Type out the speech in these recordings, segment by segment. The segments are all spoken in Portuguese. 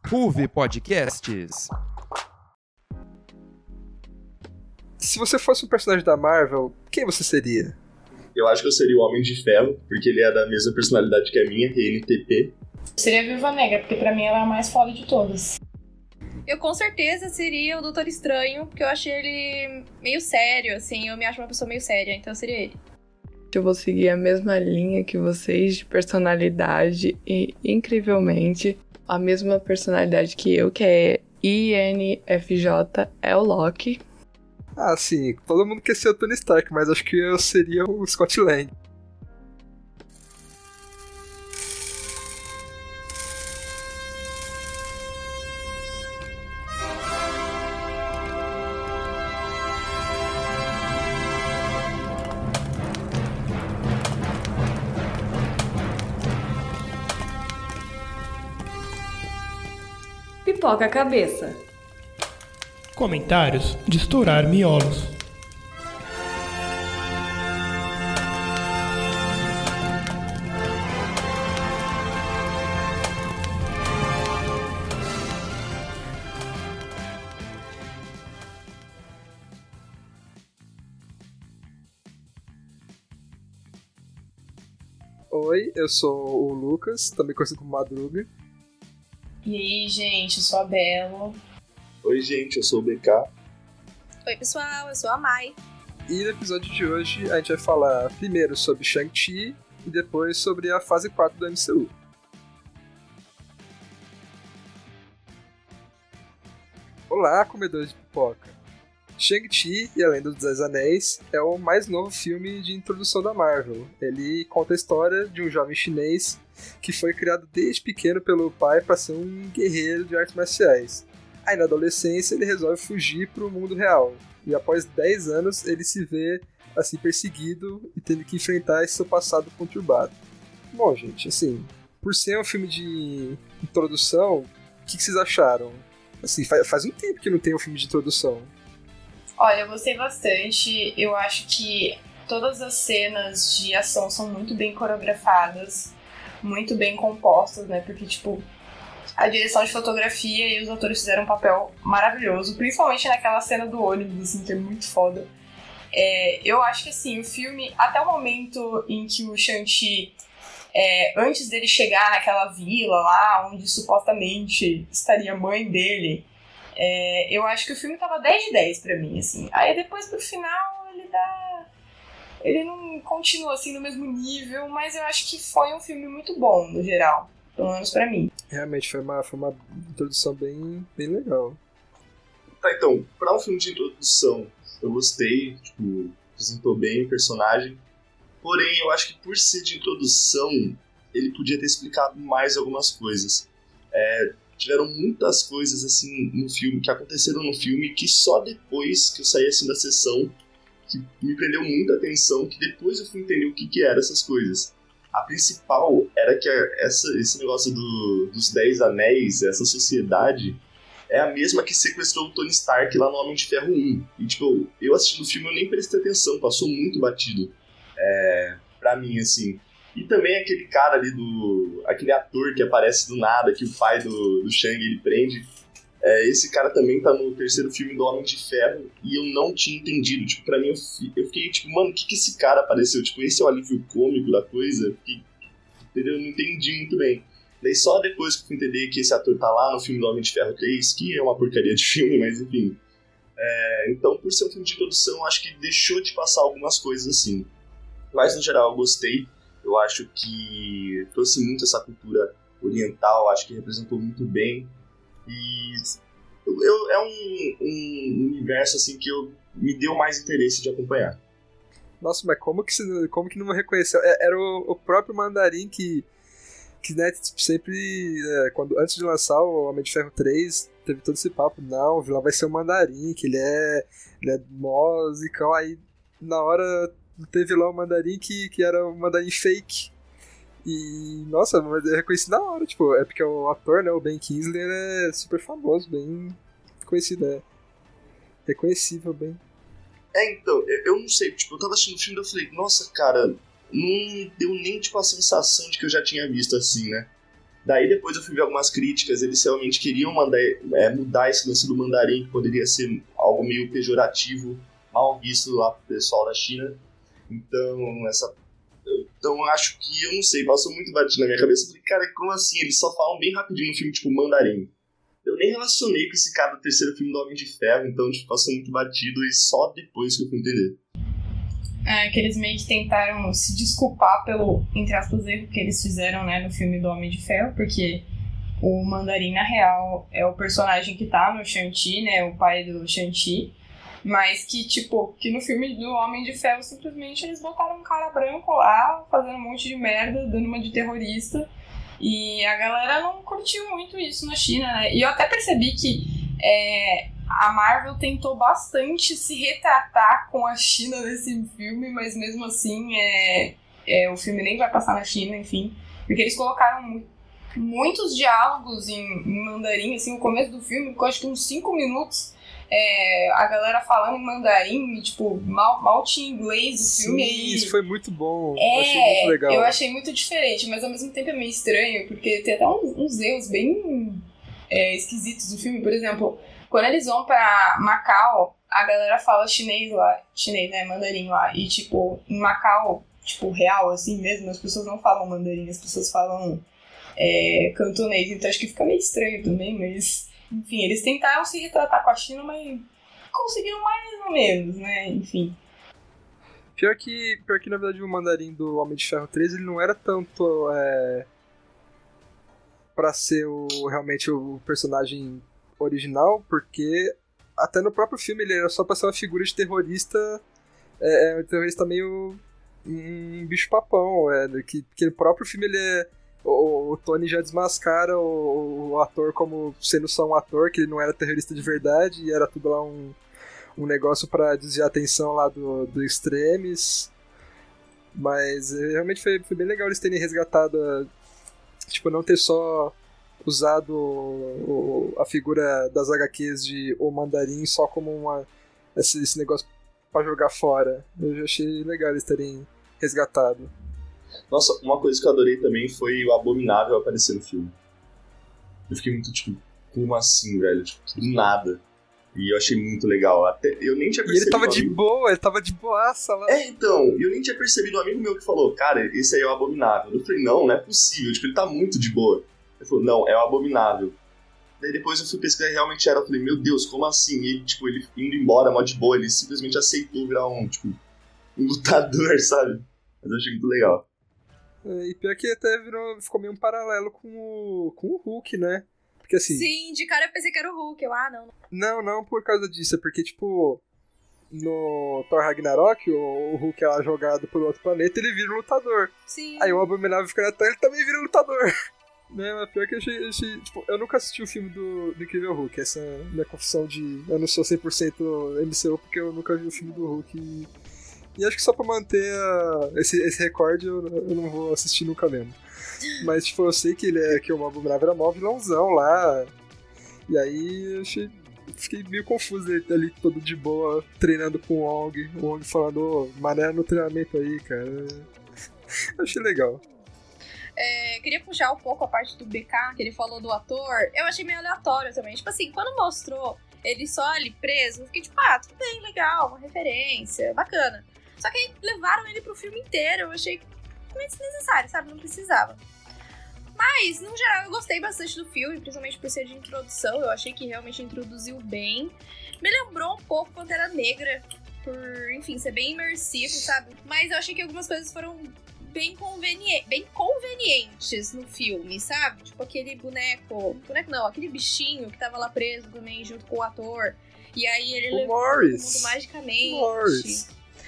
PUV Podcasts. Se você fosse um personagem da Marvel, quem você seria? Eu acho que eu seria o Homem de Ferro, porque ele é da mesma personalidade que a minha, que é NTP. Seria a Viúva Negra, porque pra mim ela é a mais foda de todas. Eu com certeza seria o Doutor Estranho, porque eu achei ele meio sério, assim, eu me acho uma pessoa meio séria, então seria ele. Eu vou seguir a mesma linha que vocês de personalidade e, incrivelmente, a mesma personalidade que eu, que é INFJ, é o Loki. Ah, sim, todo mundo quer ser o Tony Stark, mas acho que eu seria o Scott Lang. Pipoca a cabeça. Comentários de estourar miolos. Oi, eu sou o Lucas, também conhecido como Madruga. E aí, gente, eu sou a Bela. Oi, gente, eu sou o BK. Oi, pessoal, eu sou a Mai. E no episódio de hoje a gente vai falar primeiro sobre Shang-Chi e depois sobre a fase 4 do MCU. Olá, comedores de pipoca! Shang-Chi e a Lenda dos 10 Anéis é o mais novo filme de introdução da Marvel. Ele conta a história de um jovem chinês que foi criado desde pequeno pelo pai para ser um guerreiro de artes marciais. Aí na adolescência ele resolve fugir para o mundo real. E após 10 anos ele se vê assim perseguido e tendo que enfrentar esse seu passado conturbado. Bom, gente, assim, por ser um filme de introdução, o que vocês acharam? Assim, faz um tempo que não tem um filme de introdução. Olha, eu gostei bastante. Eu acho que todas as cenas de ação são muito bem coreografadas, muito bem compostas, né? Porque, tipo, a direção de fotografia e os atores fizeram um papel maravilhoso, principalmente naquela cena do ônibus, assim, que é muito foda. Eu acho que, assim, o filme, até o momento em que o Shang-Chi, antes dele chegar naquela vila lá, onde supostamente estaria a mãe dele, eu acho que o filme tava 10 de 10 pra mim, assim. Aí depois pro final ele não continua assim no mesmo nível, mas eu acho que foi um filme muito bom no geral, pelo menos pra mim. Realmente foi uma introdução bem legal. Tá, então, pra um filme de introdução, eu gostei, tipo, apresentou bem o personagem. Porém, eu acho que por ser de introdução, ele podia ter explicado mais algumas coisas. Tiveram muitas coisas assim no filme, que aconteceram no filme, que só depois que eu saí assim da sessão, que me prendeu muita atenção, que depois eu fui entender o que eram essas coisas. A principal era que esse negócio dos 10 Anéis, essa sociedade, é a mesma que sequestrou o Tony Stark lá no Homem de Ferro 1. E tipo, eu assistindo o filme eu nem prestei atenção, passou muito batido pra mim, assim. E também aquele cara ali aquele ator que aparece do nada, que o pai do Shang ele prende. Esse cara também tá no terceiro filme do Homem de Ferro e eu não tinha entendido. Tipo, pra mim eu fiquei tipo, mano, o que esse cara apareceu? Tipo, esse é o alívio cômico da coisa? Entendeu? Eu não entendi muito bem. Daí só depois que eu fui entender que esse ator tá lá no filme do Homem de Ferro 3, que é uma porcaria de filme, mas enfim. Então, por ser um filme de introdução, eu acho que deixou de passar algumas coisas assim. Mas no geral eu gostei. Eu acho que trouxe muito essa cultura oriental, acho que representou muito bem. E é um universo assim que me deu mais interesse de acompanhar. Nossa, mas como que não reconheceu? Era o próprio Mandarim que né, sempre, antes de lançar o Homem de Ferro 3, teve todo esse papo. Não, o vilão vai ser o Mandarim, que ele é musical. Aí na hora teve lá o Mandarim que era o Mandarim fake. E, nossa, eu reconheci na hora, tipo, é porque o ator, né, o Ben Kingsley, é super famoso, bem conhecido, reconhecível, bem. Então, eu não sei, tipo, eu tava assistindo o filme e eu falei, nossa, cara, não deu nem, tipo, a sensação de que eu já tinha visto assim, né? Daí depois eu fui ver algumas críticas, eles realmente queriam mudar esse lance do mandarim, que poderia ser algo meio pejorativo, mal visto lá pro pessoal da China. Então acho que, eu não sei, passou muito batido na minha cabeça. Eu falei, cara, como assim? Eles só falam bem rapidinho no filme, tipo, mandarim. Eu nem relacionei com esse cara do terceiro filme do Homem de Ferro, então tipo, passou muito batido e só depois que eu fui entender. Que eles meio que tentaram se desculpar pelo, entre aspas, erro que eles fizeram, né, no filme do Homem de Ferro, porque o Mandarim, na real, é o personagem que tá no Shang-Chi, né, o pai do Shang-Chi, mas que, tipo, que no filme do Homem de Ferro, simplesmente eles botaram um cara branco lá, fazendo um monte de merda, dando uma de terrorista, e a galera não curtiu muito isso na China, né, e eu até percebi que a Marvel tentou bastante se retratar com a China nesse filme, mas mesmo assim o filme nem vai passar na China, enfim. Porque eles colocaram muitos diálogos em mandarim, assim, no começo do filme, eu acho que uns 5 minutos, a galera falando em mandarim, e, tipo, mal tinha inglês o filme. Sim, isso foi muito bom, eu achei muito legal. Eu achei muito diferente, mas ao mesmo tempo é meio estranho, porque tem até uns erros bem esquisitos do filme, por exemplo... Quando eles vão pra Macau, a galera fala chinês, né, mandarim lá. E, tipo, em Macau, tipo, real, assim mesmo, as pessoas não falam mandarim, as pessoas falam cantonês. Então acho que fica meio estranho também, mas... Enfim, eles tentaram se retratar com a China, mas conseguiram mais ou menos, né, enfim. Pior que na verdade, o mandarim do Homem de Ferro 3, ele não era tanto pra ser realmente o personagem... original, porque até no próprio filme ele era só pra ser uma figura de terrorista, um terrorista meio um bicho papão, que no próprio filme ele o Tony já desmascara o ator como sendo só um ator, que ele não era terrorista de verdade, e era tudo lá um negócio pra desviar a atenção lá do Extremis, mas realmente foi bem legal eles terem resgatado, tipo, não ter só usado a figura das HQs de O Mandarim só como esse negócio pra jogar fora. Eu já achei legal eles terem resgatado. Nossa, uma coisa que eu adorei também foi o Abominável aparecer no filme. Eu fiquei muito tipo, como assim, velho? Tipo, do nada. E eu achei muito legal. Até, eu nem tinha percebido. E ele tava de boa, ele tava de boaça lá. Então, eu nem tinha percebido. Um amigo meu que falou, cara, esse aí é o Abominável. Eu falei, não é possível. Tipo, ele tá muito de boa. Ele falou, não, é o Abominável. Daí depois eu fui pesquisar e realmente era. Eu falei, meu Deus, como assim? E ele, tipo, ele indo embora, mó de boa, ele simplesmente aceitou virar um lutador, sabe? Mas eu achei muito legal. E pior que até ficou meio um paralelo com o Hulk, né? Porque assim... Sim, de cara eu pensei que era o Hulk, Não por causa disso, é porque, tipo, no Thor Ragnarok, o Hulk é lá jogado por outro planeta, ele vira um lutador. Sim. Aí o Abominável fica na Terra, ele também vira um lutador. Né, mas pior que eu achei, tipo, eu nunca assisti o filme do Incrível Hulk, essa é a minha confissão de eu não sou 100% MCU porque eu nunca vi o filme do Hulk e acho que só pra manter esse recorde eu não vou assistir nunca mesmo. Mas tipo, eu sei que o Abominável era mó vilãozão lá, e aí eu fiquei meio confuso ele ali todo de boa, treinando com o Wong falando, mané no treinamento aí, cara. Eu achei legal. Queria puxar um pouco a parte do BK, que ele falou do ator. Eu achei meio aleatório também. Tipo assim, quando mostrou ele só ali preso, eu fiquei tipo, tudo bem, legal, uma referência, bacana. Só que aí levaram ele pro filme inteiro. Eu achei meio desnecessário, sabe? Não precisava. Mas, no geral, eu gostei bastante do filme, principalmente por ser de introdução. Eu achei que realmente introduziu bem. Me lembrou um pouco Pantera Negra, por, enfim, ser bem imersivo, sabe? Mas eu achei que algumas coisas foram bem convenientes no filme, sabe? Tipo aquele boneco não, aquele bichinho que tava lá preso também junto com o ator. E aí ele levou todo mundo magicamente. Morris.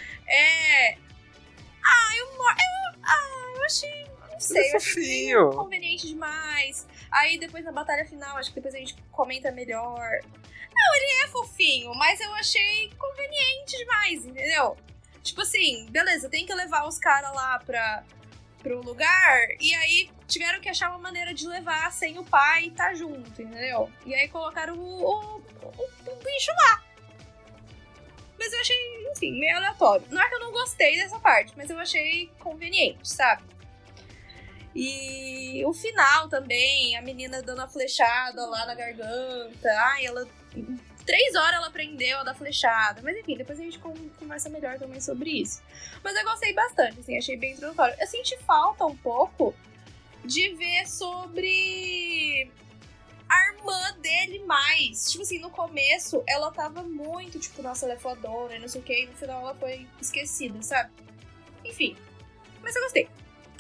Eu achei, não sei, eu achei meio conveniente demais. Aí depois na batalha final, acho que depois a gente comenta melhor. Não, ele é fofinho, mas eu achei conveniente demais, entendeu? Tipo assim, beleza, tem que levar os caras lá pro lugar, e aí tiveram que achar uma maneira de levar sem o pai estar junto, entendeu? E aí colocaram o bicho lá. Mas eu achei, enfim, meio aleatório. Não é que eu não gostei dessa parte, mas eu achei conveniente, sabe? E o final também, a menina dando a flechada lá na garganta. Ai, ela... Em 3 horas ela aprendeu a dar flechada. Mas enfim, depois a gente conversa melhor também sobre isso. Mas eu gostei bastante, assim, achei bem introdutório. Eu senti falta um pouco de ver sobre a irmã dele mais. Tipo assim, no começo ela tava muito, tipo, nossa, ela é fodona e não sei o que. E no final ela foi esquecida, sabe? Enfim, mas eu gostei.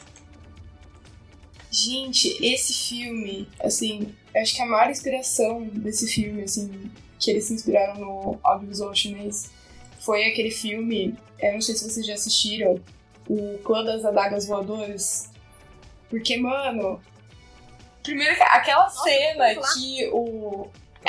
Gente, esse filme, assim, eu acho que a maior inspiração desse filme, assim, que eles se inspiraram no audiovisual chinês, foi aquele filme, eu não sei se vocês já assistiram, o Clã das Adagas Voadoras. Porque, mano, primeiro aquela cena que o...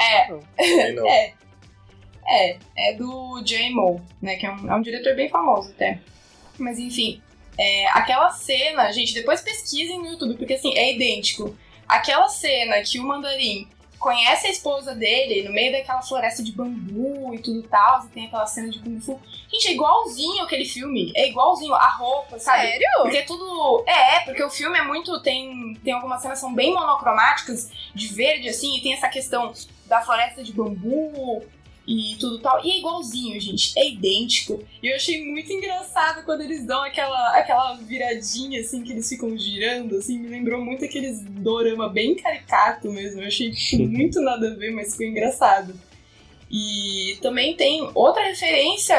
É do J-Mo, né, que é um diretor bem famoso até. Mas enfim, aquela cena, gente, depois pesquisem no YouTube, porque assim, é idêntico. Aquela cena que o Mandarim conhece a esposa dele no meio daquela floresta de bambu e tudo tal, e tem aquela cena de Kung Fu. Gente, é igualzinho aquele filme, é igualzinho a roupa, sabe? Sério? Porque é tudo... porque o filme é muito... Tem algumas cenas que são bem monocromáticas, de verde, assim, e tem essa questão da floresta de bambu e tudo tal. E é igualzinho, gente. É idêntico. E eu achei muito engraçado quando eles dão aquela viradinha, assim, que eles ficam girando, assim. Me lembrou muito aqueles dorama bem caricato mesmo. Eu achei muito nada a ver, mas ficou engraçado. E também tem outra referência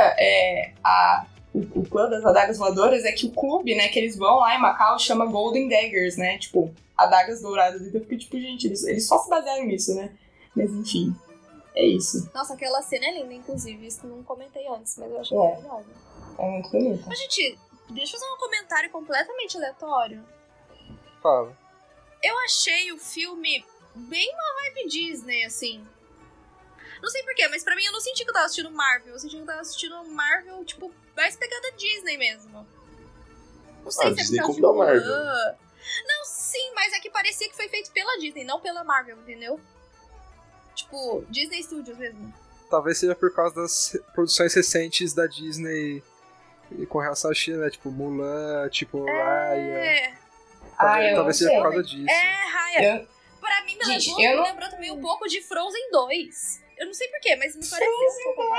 o Clã das Adagas Voadoras, é que o clube, né, que eles vão lá em Macau chama Golden Daggers, né? Tipo, adagas douradas. Então eu fiquei tipo, gente, eles só se basearam nisso, né? Mas enfim. É isso. Nossa, aquela cena é linda, inclusive. Isso não comentei antes, mas eu achei maravilhosa. É muito bonita. Mas, gente, deixa eu fazer um comentário completamente aleatório. Fala. Eu achei o filme bem uma vibe Disney, assim. Não sei porquê, mas pra mim eu não senti que eu tava assistindo Marvel. Eu senti que eu tava assistindo Marvel, tipo, mais pegada Disney mesmo. Não sei se é Disney por causa como de da Marvel. Mulan. Não, sim, mas é que parecia que foi feito pela Disney, não pela Marvel, entendeu? Tipo, Disney Studios mesmo. Talvez seja por causa das produções recentes da Disney com relação à China, né? Tipo Mulan, tipo Raya. Talvez seja por causa disso. Raya. Pra mim, me lembrou também um pouco de Frozen 2. Eu não sei porquê, mas me pareceu um pouco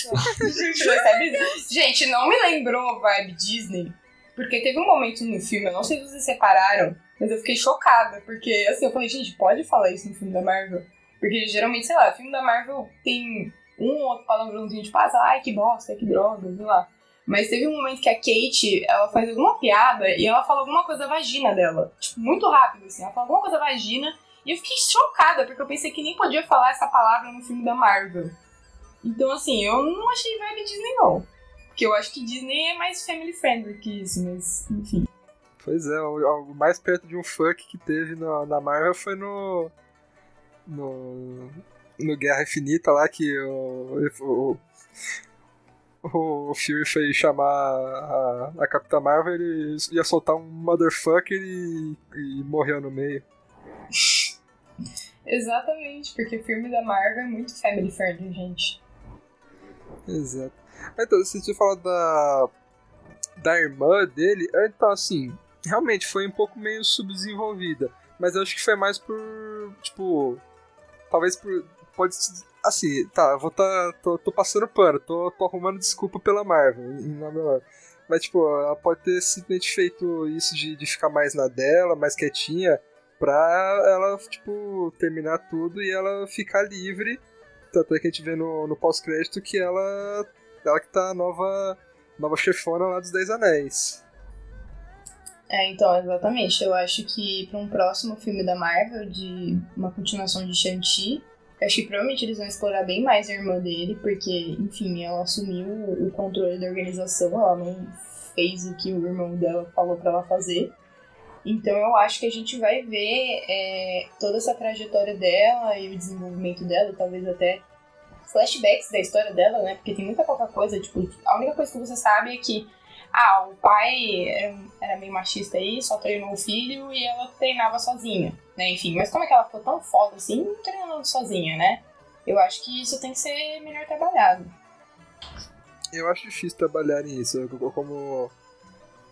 mais. Gente, não me lembrou vibe Disney, porque teve um momento no filme, eu não sei se vocês separaram, mas eu fiquei chocada, porque assim, eu falei, gente, pode falar isso no filme da Marvel? Porque geralmente, sei lá, filme da Marvel tem um ou outro palavrãozinho de passa, ai, que bosta, que droga, sei lá. Mas teve um momento que a Kate, ela faz alguma piada e ela fala alguma coisa da vagina dela. Tipo, muito rápido, assim. Ela fala alguma coisa da vagina e eu fiquei chocada, porque eu pensei que nem podia falar essa palavra no filme da Marvel. Então, assim, eu não achei vibe Disney, não. Porque eu acho que Disney é mais family friendly que isso, mas, enfim. Pois é, o mais perto de um fuck que teve na Marvel foi no Guerra Infinita lá, que o Fury foi chamar a Capitã Marvel, ele ia soltar um motherfucker e morreu no meio. Exatamente, porque o filme da Marvel é muito family friendly, gente. Exato. Então, você tinha falado da irmã dele, então assim, realmente foi um pouco meio subdesenvolvida, mas eu acho que foi mais por, tipo, talvez por, pode, assim, tá, tô passando pano, tô arrumando desculpa pela Marvel, mas tipo, ela pode ter simplesmente feito isso de ficar mais na dela, mais quietinha, pra ela, tipo, terminar tudo e ela ficar livre. Tanto é que a gente vê no pós-crédito que ela que tá a nova chefona lá dos 10 Anéis. Então, exatamente. Eu acho que pra um próximo filme da Marvel, de uma continuação de Shang-Chi, eu acho que provavelmente eles vão explorar bem mais a irmã dele, porque, enfim, ela assumiu o controle da organização, ela não fez o que o irmão dela falou pra ela fazer. Então eu acho que a gente vai ver toda essa trajetória dela e o desenvolvimento dela, talvez até flashbacks da história dela, né? Porque tem muita pouca coisa, tipo, a única coisa que você sabe é que o pai era meio machista aí, só treinou o filho e ela treinava sozinha, né? Enfim, mas como é que ela ficou tão foda assim, treinando sozinha, né? Eu acho que isso tem que ser melhor trabalhado. Eu acho difícil trabalhar nisso,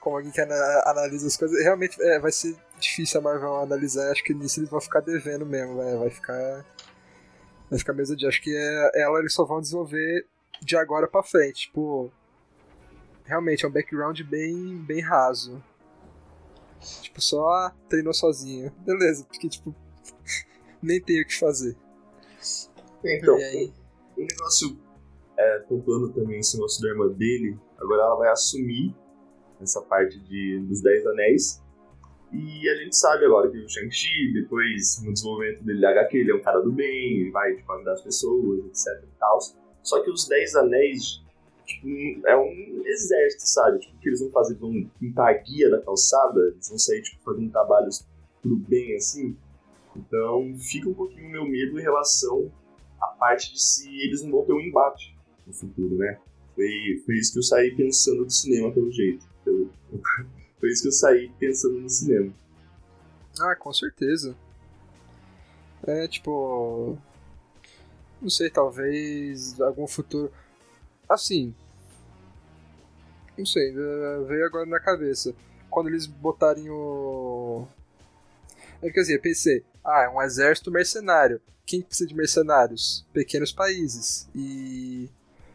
como alguém que analisa as coisas, realmente vai ser difícil a Marvel analisar. Acho que nisso eles vão ficar devendo mesmo, vai ficar mesmo de. Acho que ela eles só vão desenvolver de agora pra frente. Tipo, realmente é um background bem raso. Tipo, só treinou sozinho. Beleza, porque tipo, nem tem o que fazer. Então, E aí? um negócio, contando também esse negócio da irmã dele, agora ela vai assumir essa parte dos 10 Anéis. E a gente sabe agora que o Shang-Chi, depois no desenvolvimento dele da HQ, ele é um cara do bem, ele vai tipo, ajudar as pessoas, etc e tal. Só que os 10 Anéis, tipo, é um exército, sabe? Tipo, o que eles vão fazer? Vão pintar a guia da calçada? Eles vão sair tipo, fazendo trabalhos pro bem, assim? Então fica um pouquinho o meu medo em relação à parte de se eles não vão ter um embate no futuro, né? Foi isso que eu saí pensando do cinema, pelo jeito. Foi isso que eu saí pensando no cinema. Ah, com certeza. Tipo... Não sei, talvez algum futuro... Assim... Não sei, veio agora na cabeça. Quando eles botarem o... Quer dizer, pensei... é um exército mercenário. Quem precisa de mercenários? Pequenos países. E...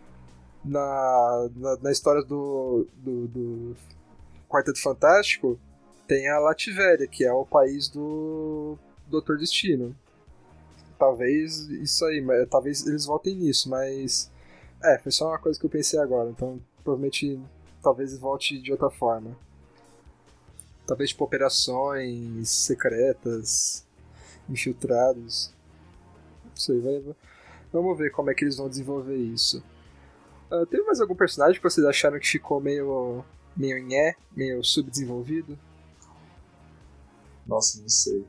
Na história do Quarteto Fantástico, tem a Lativéria, que é o país do Doutor Destino. Talvez isso aí, talvez eles voltem nisso, mas... foi só uma coisa que eu pensei agora, então provavelmente talvez volte de outra forma. Talvez tipo operações secretas, infiltrados. Não sei, vamos ver como é que eles vão desenvolver isso. Teve mais algum personagem que vocês acharam que ficou meio subdesenvolvido? Nossa, não sei.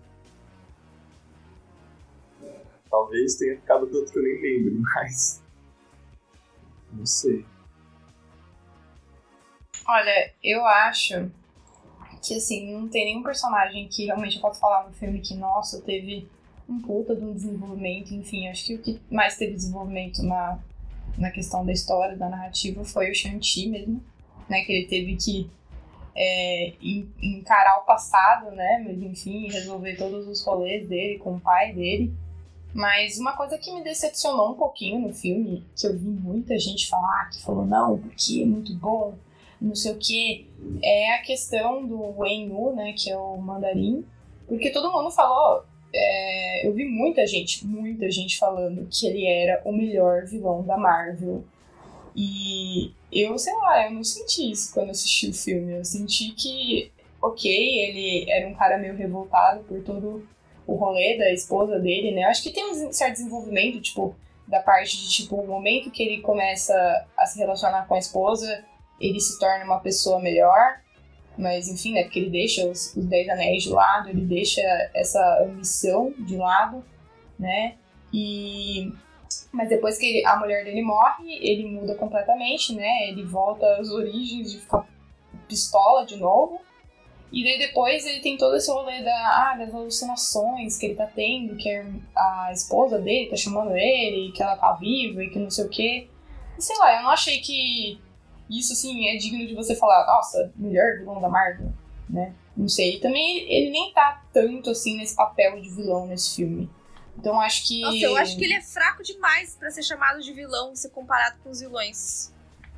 Talvez tenha ficado tanto que eu nem lembro, mas... Não sei. Olha, eu acho que, assim, não tem nenhum personagem que realmente eu posso falar no filme que, nossa, teve um puta de um desenvolvimento, enfim, acho que o que mais teve desenvolvimento na questão da história, da narrativa, foi o Shang-Chi mesmo, né, que ele teve que encarar o passado, né, mas enfim, resolver todos os rolês dele com o pai dele. Mas uma coisa que me decepcionou um pouquinho no filme, que eu vi muita gente falar, que falou, não, porque é muito bom, não sei o que, é a questão do Wen Yu, né, que é o mandarim, porque todo mundo falou, eu vi muita gente falando que ele era o melhor vilão da Marvel. E eu, sei lá, eu não senti isso quando assisti o filme. Eu senti que, ele era um cara meio revoltado por todo o rolê da esposa dele, né? Eu acho que tem um certo desenvolvimento, tipo, da parte de, tipo, o momento que ele começa a se relacionar com a esposa, ele se torna uma pessoa melhor. Mas, enfim, né? Porque ele deixa os 10 anéis de lado, ele deixa essa ambição de lado, né? Mas depois que a mulher dele morre, ele muda completamente, né? Ele volta às origens de ficar pistola de novo. E daí depois ele tem todo esse rolê das alucinações que ele tá tendo, que a esposa dele tá chamando ele, que ela tá viva e que não sei o quê. E sei lá, eu não achei que isso, assim, é digno de você falar, nossa, melhor vilão da Marvel, né? Não sei. E também ele nem tá tanto, assim, nesse papel de vilão nesse filme. Então acho que... Nossa, eu acho que ele é fraco demais pra ser chamado de vilão, se comparado com os vilões.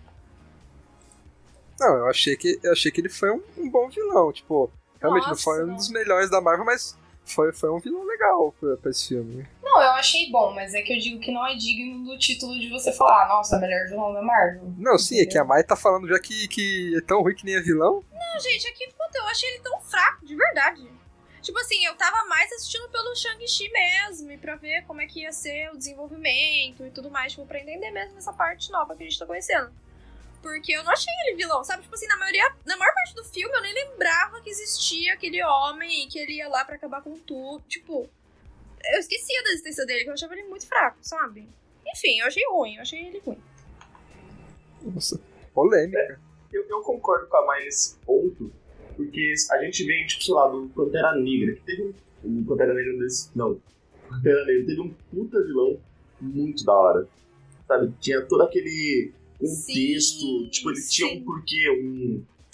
Não, eu achei que ele foi um bom vilão, tipo, realmente não foi um dos melhores da Marvel, mas foi um vilão legal pra esse filme. Não, eu achei bom, mas é que eu digo que não é digno do título de você falar, nossa, melhor vilão da Marvel. Não, sim, entendeu? É que a Mai tá falando já que é tão ruim que nem é vilão. Não, gente, aqui, puta, eu achei ele tão fraco, de verdade. Tipo assim, eu tava mais assistindo pelo Shang-Chi mesmo, e pra ver como é que ia ser o desenvolvimento e tudo mais, tipo, pra entender mesmo essa parte nova que a gente tá conhecendo. Porque eu não achei ele vilão, sabe? Tipo assim, na maior parte do filme eu nem lembrava que existia aquele homem e que ele ia lá pra acabar com tudo. Tipo, eu esquecia da existência dele, que eu achava ele muito fraco, sabe? Enfim, eu achei ele ruim. Nossa, polêmica. Eu concordo com a Mai nesse ponto, porque a gente vem, tipo, sei lá, do Pantera Negra, que teve um Pantera Negra desse... Não, Pantera Negra teve um puta vilão muito da hora, sabe? Tinha todo aquele contexto, tipo, ele tinha um porquê,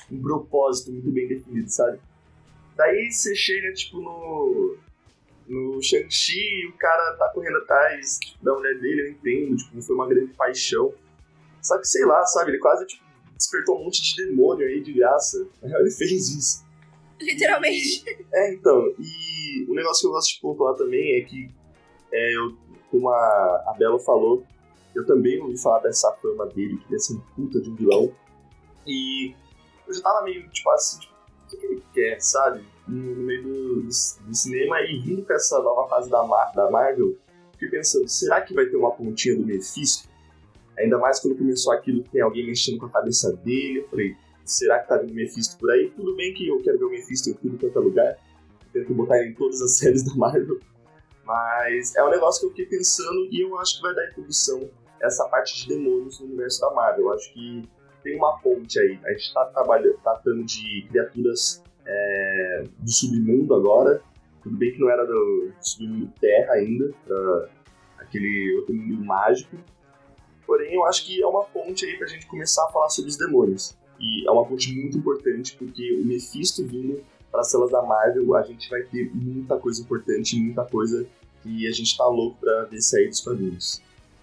um propósito muito bem definido, sabe? Daí você chega, tipo, no Shang-Chi e o cara tá correndo atrás da mulher dele, eu entendo, tipo, não foi uma grande paixão. Só que, sei lá, sabe, ele quase, tipo, despertou um monte de demônio aí de graça. Ele fez isso. Literalmente. Então, e o negócio que eu gosto de pontuar também é que, como a Bela falou, eu também ouvi falar dessa fama dele, que ele ia ser um puta de um vilão. E eu já tava meio, tipo assim, tipo, o que ele quer, sabe? No meio do cinema, e vindo com essa nova fase da Marvel, fiquei pensando, será que vai ter uma pontinha do Mephisto? Ainda mais quando começou aquilo que tem alguém mexendo com a cabeça dele, eu falei, será que tá vindo o Mephisto por aí? Tudo bem que eu quero ver o Mephisto em tudo quanto é lugar, tento botar ele em todas as séries da Marvel, mas é um negócio que eu fiquei pensando e eu acho que vai dar introdução a essa parte de demônios no universo da Marvel. Eu acho que tem uma ponte aí, a gente tá tratando de criaturas do submundo agora, tudo bem que não era do submundo Terra ainda, aquele outro mundo mágico, porém eu acho que é uma ponte aí pra gente começar a falar sobre os demônios. E é uma ponte muito importante, porque o Mephisto vindo para as celas da Marvel, a gente vai ter muita coisa importante, muita coisa que a gente tá louco pra ver sair dos quadrinhos.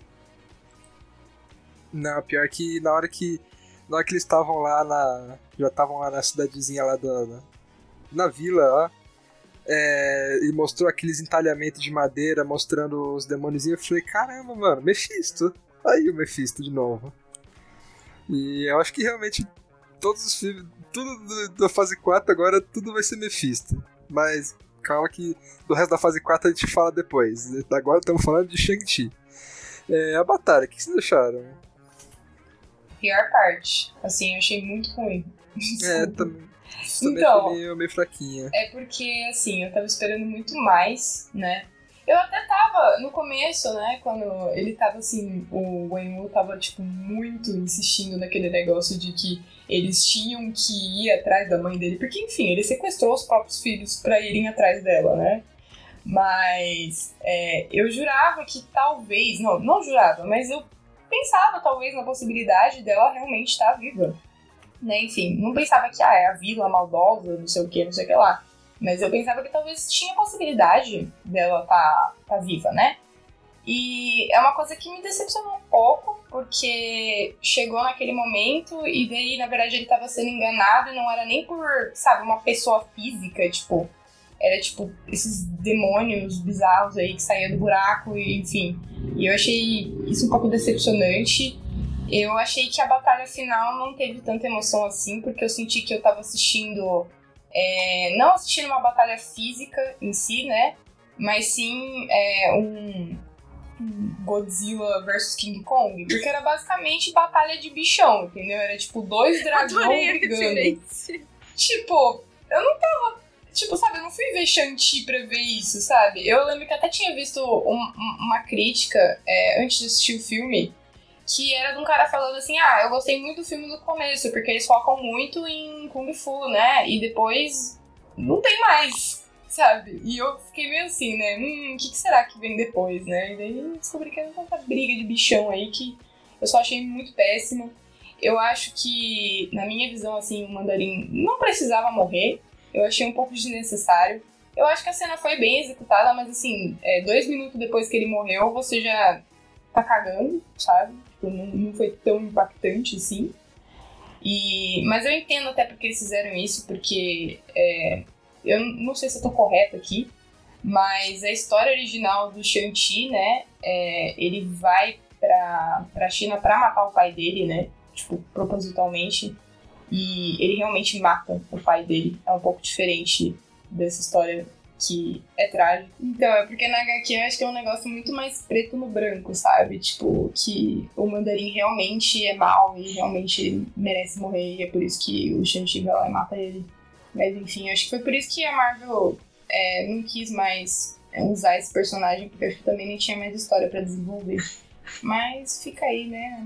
Não, pior que na hora que eles estavam lá já estavam lá na cidadezinha lá na vila, ó. Ele mostrou aqueles entalhamentos de madeira, mostrando os demônios, e eu falei, caramba, mano, Mephisto. Aí o Mephisto de novo. E eu acho que realmente todos os filmes, tudo da fase 4 agora, tudo vai ser Mephisto. Mas calma que do resto da fase 4 a gente fala depois. Agora estamos falando de Shang-Chi. A batalha, o que vocês acharam? Pior parte. Assim, eu achei muito ruim. Também Então, foi meio fraquinha. É porque, assim, eu tava esperando muito mais, né? Eu até tava, no começo, né, quando ele tava, assim, o Wenwu tava, tipo, muito insistindo naquele negócio de que eles tinham que ir atrás da mãe dele, porque, enfim, ele sequestrou os próprios filhos pra irem atrás dela, né? Mas eu jurava que talvez, não jurava, mas eu pensava talvez na possibilidade dela realmente estar viva, né? Enfim, não pensava que é a vila maldosa, não sei o que lá. Mas eu pensava que talvez tinha possibilidade dela tá viva, né? E é uma coisa que me decepcionou um pouco, porque chegou naquele momento e daí, na verdade, ele tava sendo enganado e não era nem por, sabe, uma pessoa física, tipo... Era, tipo, esses demônios bizarros aí que saíam do buraco, e, enfim. E eu achei isso um pouco decepcionante. Eu achei que a batalha final não teve tanta emoção assim, porque eu senti que eu tava assistindo... não assistindo uma batalha física em si, né? Mas sim um Godzilla versus King Kong. Porque era basicamente batalha de bichão, entendeu? Era tipo 2 dragões brigando. Tipo, eu não tava... Tipo, sabe, eu não fui ver Shang-Chi pra ver isso, sabe? Eu lembro que até tinha visto uma crítica antes de assistir o filme, que era de um cara falando assim, eu gostei muito do filme no começo, porque eles focam muito em Kung Fu, né? E depois não tem mais, sabe? E eu fiquei meio assim, né? O que será que vem depois, né? E daí eu descobri que era tanta briga de bichão aí que eu só achei muito péssimo. Eu acho que, na minha visão, assim, o Mandarim não precisava morrer. Eu achei um pouco desnecessário. Eu acho que a cena foi bem executada, mas assim, 2 minutos depois que ele morreu, você já tá cagando, sabe? Tipo, não foi tão impactante assim. Mas eu entendo até porque eles fizeram isso, porque eu não sei se eu tô correta aqui, mas a história original do Shang-Chi, né? Ele vai pra China pra matar o pai dele, né? Tipo, propositalmente. E ele realmente mata o pai dele. É um pouco diferente dessa história que é trágica. Então, é porque na HQ eu acho que é um negócio muito mais preto no branco, sabe? Tipo, que o Mandarim realmente é mau e realmente merece morrer. E é por isso que o Shang-Chi vai lá e mata ele. Mas enfim, acho que foi por isso que a Marvel não quis mais usar esse personagem, porque acho que também nem tinha mais história pra desenvolver. Mas fica aí, né,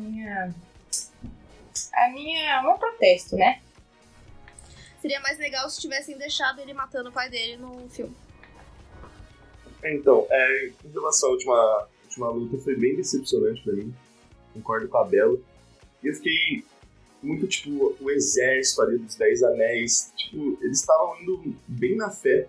o meu protesto, né? Seria mais legal se tivessem deixado ele matando o pai dele no filme. Então, em relação à última luta, foi bem decepcionante pra mim. Concordo com a Bela. E eu fiquei muito, tipo, o exército ali dos 10 Anéis. Tipo, eles estavam indo bem na fé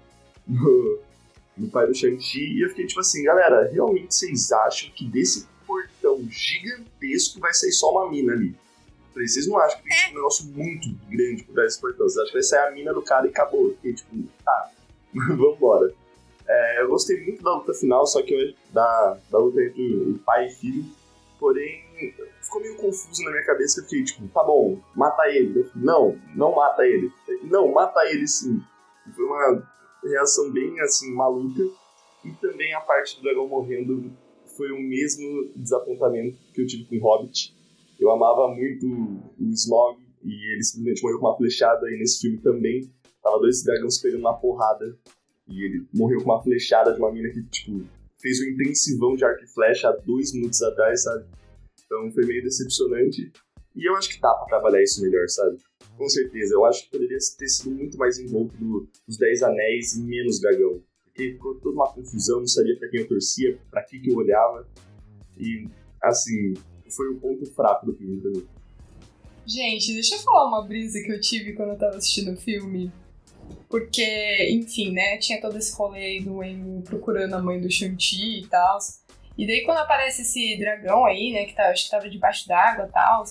no pai do Shang-Chi. E eu fiquei tipo assim, galera, realmente vocês acham que desse portão gigantesco vai sair só uma mina ali? Falei, vocês não acham que tem um negócio muito grande por trás desse portão? Vocês acham que vai sair a mina do cara e acabou? Eu fiquei tipo, tá, vambora. Eu gostei muito da luta final, só que da luta entre o pai e filho. Porém, ficou meio confuso na minha cabeça, que eu fiquei tipo, tá bom, mata ele. Não mata ele. Não, mata ele sim. E foi uma reação bem, assim, maluca. E também a parte do dragão morrendo foi o mesmo desapontamento que eu tive com o Hobbit. Eu amava muito o Smaug e ele simplesmente morreu com uma flechada, e nesse filme também tava 2 dragões pegando uma porrada e ele morreu com uma flechada de uma mina que, tipo, fez um intensivão de arco e flecha há 2 minutos atrás, sabe? Então foi meio decepcionante. E eu acho que dá pra trabalhar isso melhor, sabe? Com certeza. Eu acho que poderia ter sido muito mais envolto dos 10 Anéis e menos dragão. Porque ficou toda uma confusão, não sabia pra quem eu torcia, pra que eu olhava. E, assim, foi o ponto fraco do filme pra mim. Gente, deixa eu falar uma brisa que eu tive quando eu tava assistindo o filme. Porque, enfim, né, tinha todo esse rolê aí do Wenwu procurando a mãe do Shang-Chi e tal. E daí quando aparece esse dragão aí, né, que acho que tava debaixo d'água e tal,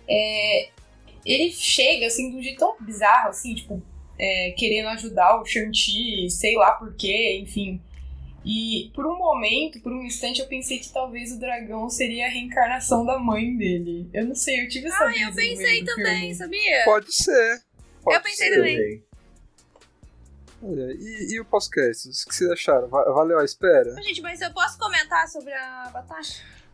ele chega, assim, de um jeito tão bizarro, assim, tipo, querendo ajudar o Shang-Chi, sei lá por quê, enfim. E por um momento, por um instante, eu pensei que talvez o dragão seria a reencarnação da mãe dele. Eu não sei, eu tive essa brisa eu pensei também, filme. Sabia? Pode ser. Eu pensei também. Olha, e o pós-créditos? O que vocês acharam? Valeu a espera? Gente, mas eu posso comentar sobre a batalha?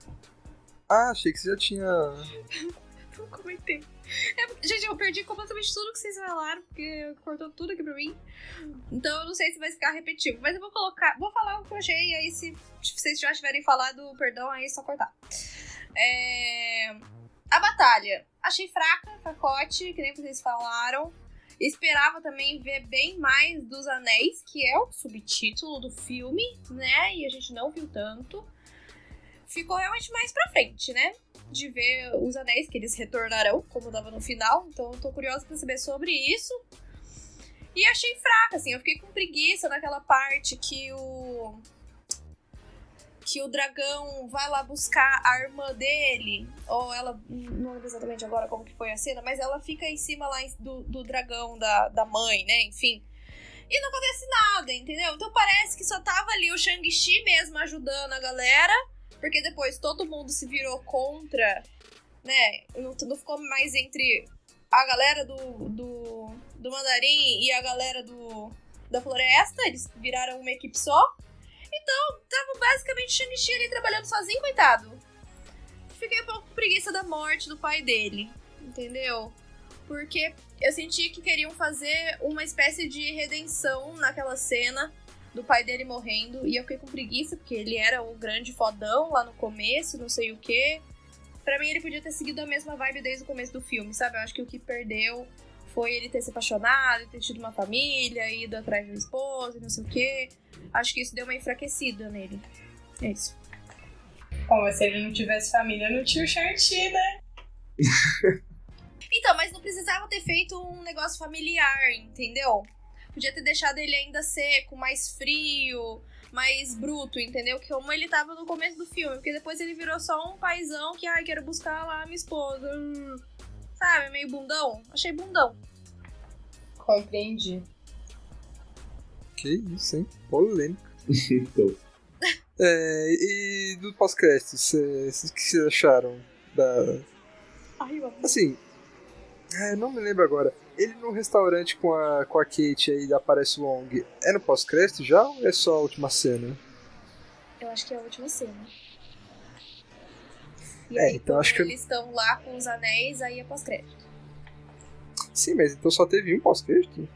Ah, achei que você já tinha... Não comentei. Gente, eu perdi completamente tudo que vocês falaram, porque cortou tudo aqui pra mim. Então eu não sei se vai ficar repetitivo. Mas eu vou falar o que eu achei, e aí se vocês já tiverem falado, perdão, aí é só cortar. A batalha. Achei fracote, que nem vocês falaram. Esperava também ver bem mais dos Anéis, que é o subtítulo do filme, né? E a gente não viu tanto. Ficou realmente mais pra frente, né? De ver os Anéis, que eles retornarão, como tava no final. Então eu tô curiosa pra saber sobre isso. E achei fraca, assim. Eu fiquei com preguiça naquela parte que o dragão vai lá buscar a irmã dele, ou ela, não lembro exatamente agora como que foi a cena, mas ela fica em cima lá do dragão da mãe, né, enfim. E não acontece nada, entendeu? Então parece que só tava ali o Shang-Chi mesmo ajudando a galera, porque depois todo mundo se virou contra, né, não ficou mais entre a galera do Mandarim e a galera da floresta, eles viraram uma equipe só. Então, tava basicamente Shang-Chi ali trabalhando sozinho, coitado. Fiquei um pouco com preguiça da morte do pai dele, entendeu? Porque eu senti que queriam fazer uma espécie de redenção naquela cena do pai dele morrendo. E eu fiquei com preguiça, porque ele era o grande fodão lá no começo, não sei o quê. Pra mim, ele podia ter seguido a mesma vibe desde o começo do filme, sabe? Eu acho que o que perdeu foi ele ter se apaixonado, ter tido uma família, ido atrás de uma esposa e não sei o quê. Acho que isso deu uma enfraquecida nele. É isso. Bom, mas se ele não tivesse família, não tinha o Shang-Chi, né? Então, mas não precisava ter feito um negócio familiar, entendeu? Podia ter deixado ele ainda seco, mais frio, mais bruto, entendeu? Que como ele tava no começo do filme. Porque depois ele virou só um paizão que, quero buscar lá a minha esposa. Sabe, meio bundão. Achei bundão. Compreendi. Que isso, hein? Polêmica. Então, E do pós-créditos, o que vocês acharam Ai, eu amo. Assim, não me lembro agora. Ele no restaurante com a Kate aí aparece o Wong. É no pós-crédito já ou é só a última cena? Eu acho que é a última cena. E aí, então acho que eles estão lá com os anéis, aí é pós-crédito. Sim, mas então só teve um pós-crédito?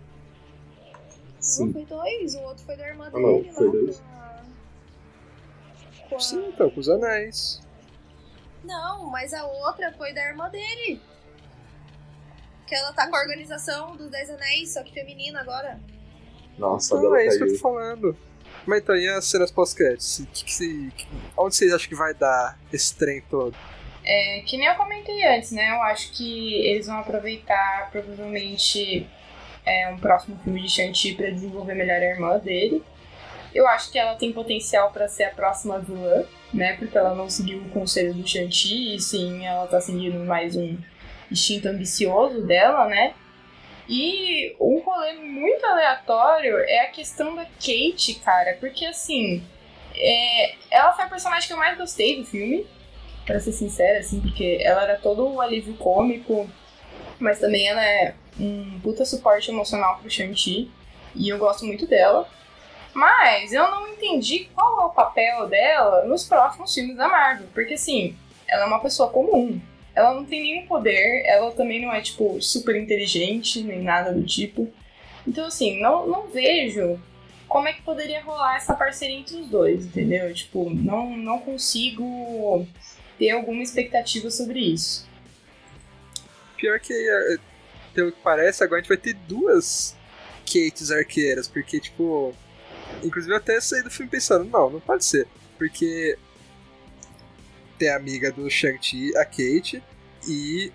Não, foi 2, o outro foi da irmã não, dele, foi lá 2. com a... Sim, então, com os anéis. Não, mas a outra foi da irmã dele. Que ela tá com a organização dos 10 anéis, só que feminina agora. Nossa, Então é isso que eu tô falando. Mas então, e as cenas pós-créditos? Onde vocês acham que vai dar esse trem todo? Que nem eu comentei antes, né? Eu acho que eles vão aproveitar, provavelmente, um próximo filme de Shang-Chi pra desenvolver melhor a irmã dele. Eu acho que ela tem potencial pra ser a próxima vilã, né? Porque ela não seguiu o conselho do Shang-Chi, e sim, ela tá seguindo mais um instinto ambicioso dela, né? E um rolê muito aleatório é a questão da Kate, cara, porque assim, ela foi a personagem que eu mais gostei do filme, pra ser sincera, assim, porque ela era todo um alívio cômico, mas também ela é um puta suporte emocional pro Shang-Chi, e eu gosto muito dela. Mas eu não entendi qual é o papel dela nos próximos filmes da Marvel, porque assim, ela é uma pessoa comum. Ela não tem nenhum poder, ela também não é, tipo, super inteligente, nem nada do tipo. Então, assim, não vejo como é que poderia rolar essa parceria entre os dois, entendeu? Tipo, não consigo ter alguma expectativa sobre isso. Pior que, pelo que parece, agora a gente vai ter duas Kates arqueiras, porque, tipo... Inclusive eu até saí do filme pensando, não pode ser, porque... Tem a amiga do Shang-Chi, a Kate, e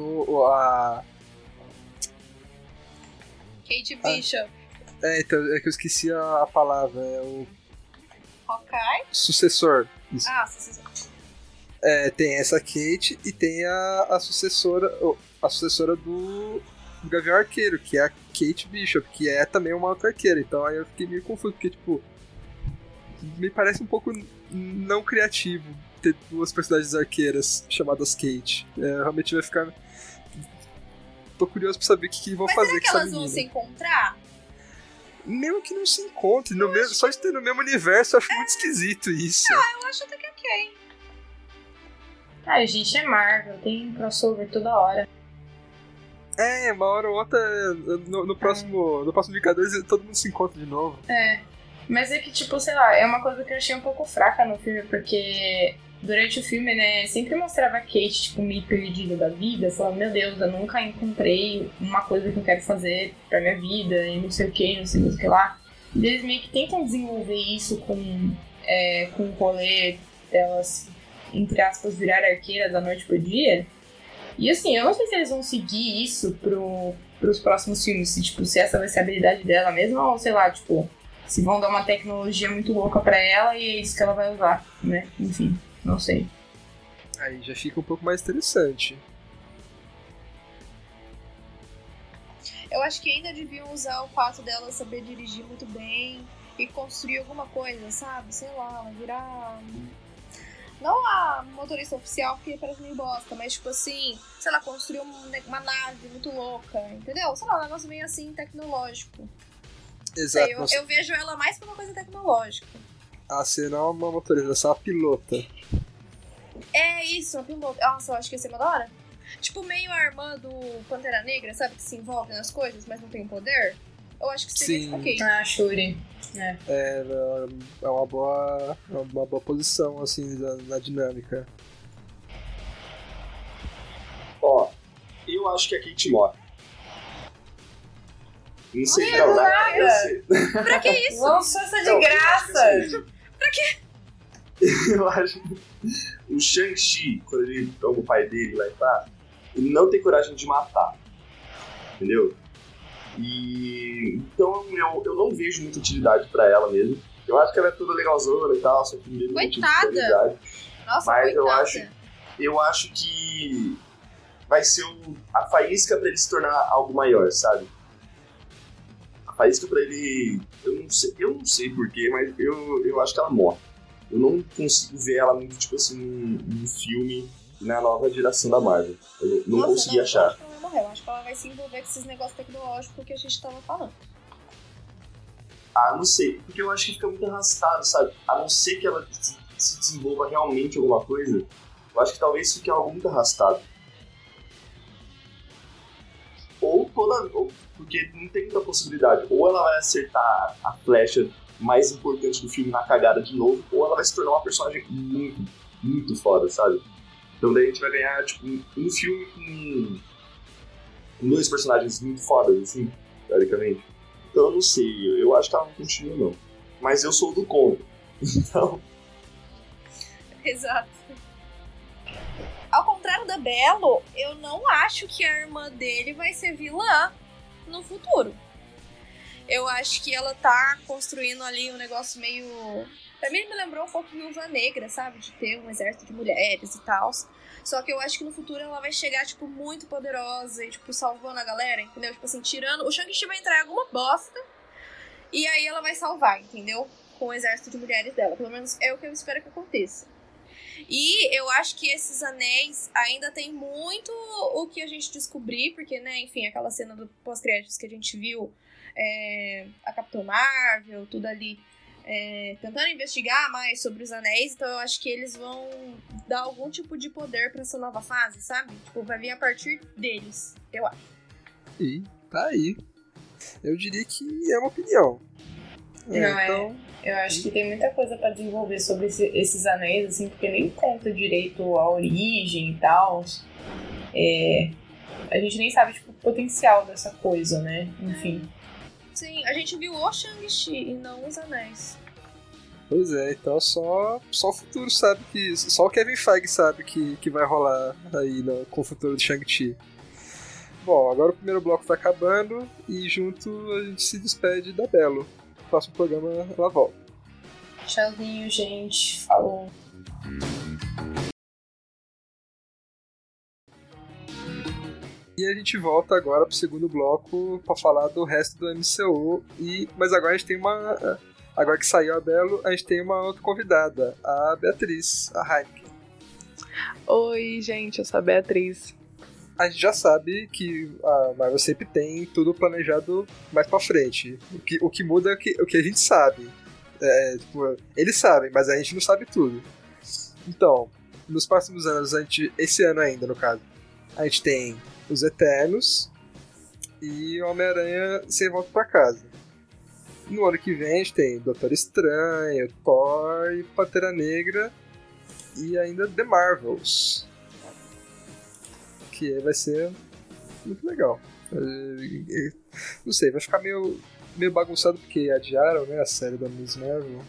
Kate Bishop. Então, é que eu esqueci a palavra, é o... Hawkeye? Sucessor. Isso. Ah, sucessor. Tem essa Kate e tem a sucessora do Gavião Arqueiro, que é a Kate Bishop, que é também uma outra arqueira. Então aí eu fiquei meio confuso, porque, tipo, me parece um pouco não criativo ter duas personagens arqueiras chamadas Kate. Realmente vai ficar... Tô curioso pra saber o que vão fazer com essa menina. Mas será que elas vão se encontrar? Mesmo que não se encontre, só de ter no mesmo universo, eu acho muito esquisito isso. Eu acho até que ok. Ah, gente, é Marvel, tem crossover toda hora. Uma hora ou outra, no próximo Vingadores, todo mundo se encontra de novo. Mas é que, tipo, sei lá, é uma coisa que eu achei um pouco fraca no filme, porque durante o filme, né, sempre mostrava a Kate, tipo, meio perdida da vida, falando, meu Deus, eu nunca encontrei uma coisa que eu quero fazer pra minha vida, e não sei o que, não sei o que lá. E eles meio que tentam desenvolver isso com o rolê delas, entre aspas, virar arqueira da noite pro dia. E assim, eu não sei se eles vão seguir isso pros próximos filmes, se essa vai ser a habilidade dela mesmo, ou sei lá, tipo, se vão dar uma tecnologia muito louca pra ela e é isso que ela vai usar, né? Enfim, não sei. Aí já fica um pouco mais interessante. Eu acho que ainda deviam usar o fato dela saber dirigir muito bem e construir alguma coisa, sabe? Sei lá, ela virar... Não a motorista oficial, porque parece meio bosta, mas tipo assim, sei lá, construir uma nave muito louca, entendeu? Sei lá, um negócio meio assim, tecnológico. Exato. Eu vejo ela mais como uma coisa tecnológica. Você não é uma motorista, você é uma pilota. É isso, uma pilota. Nossa, eu acho que ia ser uma da hora. Tipo, meio a irmã do Pantera Negra, sabe? Que se envolve nas coisas, mas não tem poder. Eu acho que seria tipo ok. Ah, Shuri. É uma boa posição, assim, na dinâmica. Ó, eu acho que a Kate morre. Não sei, não, nada. Eu sei. Pra que isso? Lançou essa de graça! Pra quê? Eu acho que o Shang-Chi, quando ele toma o pai dele lá e pá, ele não tem coragem de matar. Entendeu? E então eu não vejo muita utilidade pra ela mesmo. Eu acho que ela é toda legalzona e tal, só que mesmo coitada! Nossa, mas coitada. eu acho que vai ser a faísca pra ele se tornar algo maior, sabe? A faísca pra ele... Eu não sei porquê, mas eu acho que ela morre. Eu não consigo ver ela muito, tipo assim, num filme na nova geração da Marvel. Eu não consegui achar. Eu acho que ela vai se envolver com esses negócios tecnológicos que a gente tava falando. Não sei, porque eu acho que fica muito arrastado, sabe? A não ser que ela se desenvolva realmente alguma coisa, eu acho que talvez fique algo muito arrastado. Ou porque não tem muita possibilidade. Ou ela vai acertar a flecha mais importante do filme na cagada de novo, ou ela vai se tornar uma personagem muito, muito foda, sabe? Então daí a gente vai ganhar, tipo, um filme com dois personagens muito fodas, assim, teoricamente. Então eu não sei, eu acho que ela não continua, não. Mas eu sou do contra, então... Exato. ao contrário da Belo, eu não acho que a irmã dele vai ser vilã no futuro. Eu acho que ela tá construindo ali um negócio meio... Pra mim me lembrou um pouco Viúva Negra, sabe? De ter um exército de mulheres e tal. Só que eu acho que no futuro ela vai chegar, tipo, muito poderosa e, tipo, salvando a galera, entendeu? Tipo assim, tirando... O Shang-Chi vai entrar em alguma bosta e aí ela vai salvar, entendeu? Com o exército de mulheres dela. Pelo menos é o que eu espero que aconteça. E eu acho que esses anéis ainda tem muito o que a gente descobrir, porque, né, enfim, aquela cena do pós-créditos que a gente viu, a Capitã Marvel, tudo ali, tentando investigar mais sobre os anéis, então eu acho que eles vão dar algum tipo de poder pra essa nova fase, sabe? Tipo, vai vir a partir deles, eu acho. E tá aí. Eu diria que é uma opinião. Então... Eu acho que tem muita coisa pra desenvolver sobre esses anéis, assim, porque nem conta direito a origem e tal. A gente nem sabe, tipo, o potencial dessa coisa, né? Enfim. Sim, a gente viu o Shang-Chi e não os anéis. Pois é, então só o futuro sabe que... Só o Kevin Feige sabe que vai rolar aí com o futuro do Shang-Chi. Bom, agora o primeiro bloco tá acabando e junto a gente se despede da Belo. No próximo programa ela volta. Tchauzinho, gente. Falou. E a gente volta agora pro segundo bloco pra falar do resto do MCU. Mas agora a gente tem uma... Agora que saiu a Belo, a gente tem uma outra convidada, a Beatriz, a Heineken. Oi, gente, eu sou a Beatriz. A gente já sabe que a Marvel sempre tem tudo planejado mais pra frente. O que muda é o que a gente sabe. Tipo, eles sabem, mas a gente não sabe tudo. Então, nos próximos anos, esse ano ainda, no caso, a gente tem os Eternos e o Homem-Aranha sem volta pra casa. No ano que vem a gente tem Doutor Estranho, Thor e Pantera Negra e ainda The Marvels. Que vai ser muito legal. Não sei, vai ficar meio bagunçado porque adiaram, né, a série da Miss Marvel.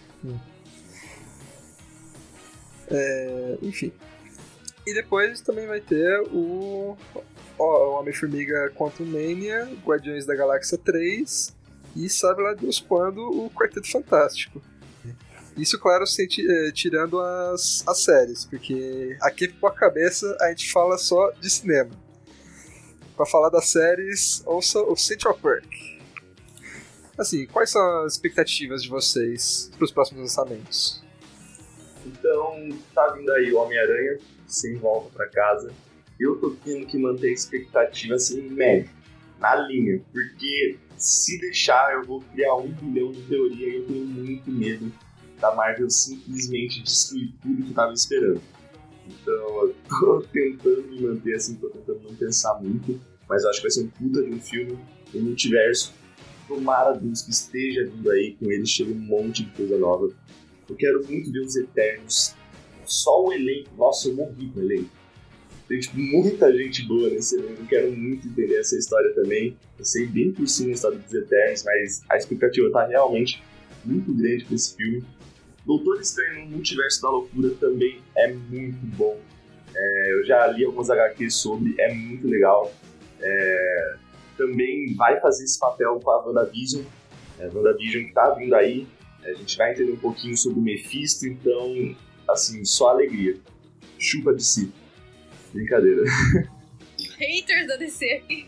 Enfim. E depois também vai ter o Homem-Formiga Quantum Mania, Guardiões da Galáxia 3 e sabe lá Deus quando o Quarteto Fantástico. Isso, claro, tirando as séries, porque aqui por a cabeça a gente fala só de cinema. Pra falar das séries, ouça o Central Park. Assim, quais são as expectativas de vocês pros próximos lançamentos? Então, tá vindo aí o Homem-Aranha, sem volta pra casa. Eu tô tendo que manter a expectativa assim, média, na linha, porque se deixar eu vou criar 1 bilhão de teoria e eu tenho muito medo da Marvel simplesmente destruir tudo que eu tava esperando. Então eu tô tentando me manter assim, tô tentando não pensar muito, mas eu acho que vai ser um puta de um filme, um multiverso. Tomara Deus que esteja vindo aí, com ele chega um monte de coisa nova. Eu quero muito ver os Eternos, só o elenco, nossa, eu morri com o elenco. Tem tipo, muita gente boa nesse elenco, eu quero muito entender essa história também. Eu sei bem por cima a história dos Eternos, mas a expectativa tá realmente muito grande pra esse filme. Doutor Estranho no Multiverso da Loucura também é muito bom. Eu já li algumas HQs sobre, é muito legal. Também vai fazer esse papel com a WandaVision. WandaVision que tá vindo aí. A gente vai entender um pouquinho sobre o Mephisto, então, assim, só alegria. Chupa de si. Brincadeira. Haters da DC aqui.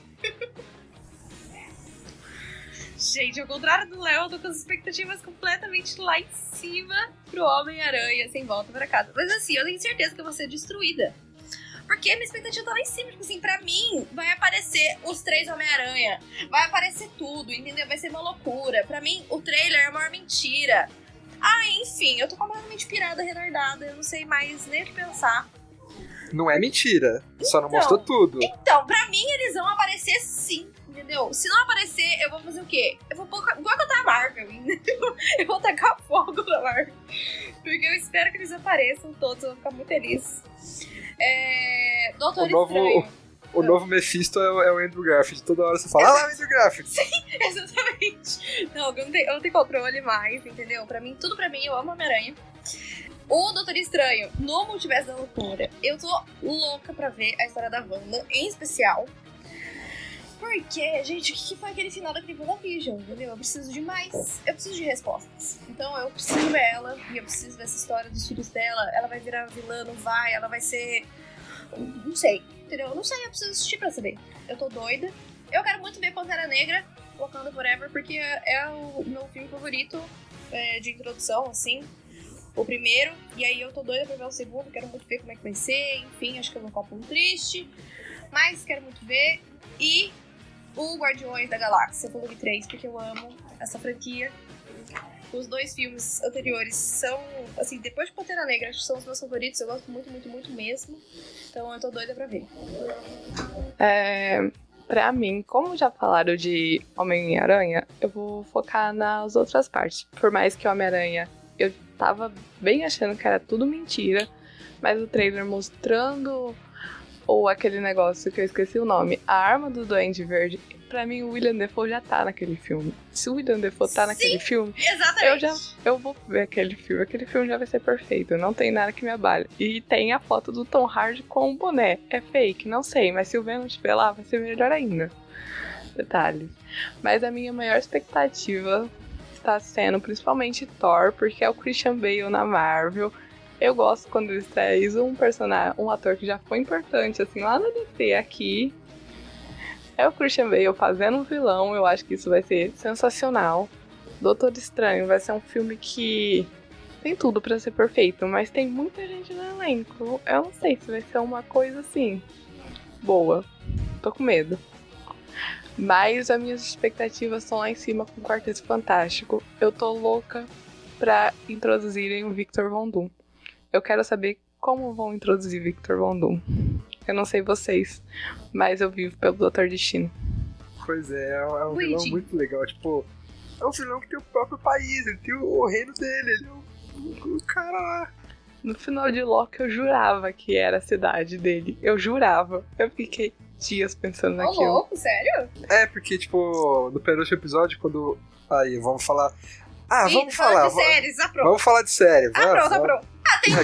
Gente, ao contrário do Léo, eu tô com as expectativas completamente lá em cima pro Homem-Aranha sem volta pra casa. Mas assim, eu tenho certeza que eu vou ser destruída. Porque minha expectativa tá lá em cima. Tipo assim, pra mim, vai aparecer os 3 Homem-Aranha. Vai aparecer tudo, entendeu? Vai ser uma loucura. Pra mim, o trailer é a maior mentira. Enfim, eu tô completamente pirada, retardada. Eu não sei mais nem o que pensar. Não é mentira, só não mostrou tudo. Então, pra mim, eles vão aparecer sim, entendeu? Se não aparecer, eu vou fazer o quê? Eu vou pôr, igual que eu tava Marvel, entendeu? Eu vou tacar fogo na Marvel. Porque eu espero que eles apareçam todos, eu vou ficar muito feliz. Doutor Estranho. O novo Mephisto é o Andrew Garfield. Toda hora você fala, lá, Andrew Garfield. Sim, exatamente. Não, eu não tenho controle mais, entendeu? Tudo pra mim, eu amo Homem-Aranha. O Doutor Estranho no Multiverso da Loucura. Eu tô louca pra ver a história da Wanda, em especial. Porque, gente, o que foi aquele final daquele WandaVision, entendeu? Eu preciso de mais. Eu preciso de respostas. Então eu preciso ver ela, e eu preciso ver essa história dos filhos dela. Ela vai virar vilã, não vai? Ela vai ser... Não sei, entendeu? Eu não sei, eu preciso assistir pra saber. Eu tô doida. Eu quero muito ver Pantera Negra, Wakanda Forever, porque é o meu filme favorito de introdução, assim. O primeiro, e aí eu tô doida pra ver o segundo, quero muito ver como é que vai ser, enfim, acho que eu vou ficar um pouco triste, mas quero muito ver. E o Guardiões da Galáxia, volume 3, porque eu amo essa franquia. Os 2 filmes anteriores são, assim, depois de Pantera Negra, acho que são os meus favoritos, eu gosto muito, muito, muito mesmo, então eu tô doida pra ver. Pra mim, como já falaram de Homem-Aranha, eu vou focar nas outras partes. Por mais que Homem-Aranha, eu tava bem achando que era tudo mentira, mas o trailer mostrando, ou aquele negócio que eu esqueci o nome, a arma do Duende Verde, pra mim o William Dafoe já tá naquele filme. Se o William Dafoe tá naquele filme, Exatamente. eu vou ver aquele filme já vai ser perfeito, não tem nada que me abale. E tem a foto do Tom Hardy com o boné, é fake, não sei, mas se o Venom estiver lá, vai ser melhor ainda. Detalhes. Mas a minha maior expectativa tá sendo principalmente Thor, porque é o Christian Bale na Marvel. Eu gosto quando eles trazem um ator que já foi importante, assim, lá na DC aqui. É o Christian Bale fazendo um vilão, eu acho que isso vai ser sensacional. Doutor Estranho vai ser um filme que tem tudo pra ser perfeito, mas tem muita gente no elenco. Eu não sei se vai ser uma coisa assim, boa. Tô com medo. Mas as minhas expectativas estão lá em cima com o Quarteto Fantástico. Eu tô louca pra introduzirem o Victor Von Doom. Eu quero saber como vão introduzir Victor Von Doom. Eu não sei vocês, mas eu vivo pelo Doutor Destino. Pois é um vilão muito legal. Tipo, é um vilão que tem o próprio país, ele tem o reino dele, ele é o cara lá. No final de Loki eu jurava que era a cidade dele. Eu jurava. Eu fiquei dias pensando naquilo. Ô, louco, sério? É, porque, tipo, no penúltimo episódio, quando... Aí, vamos falar... vamos falar falar. de séries, Vamos falar de série. Pronto. Tem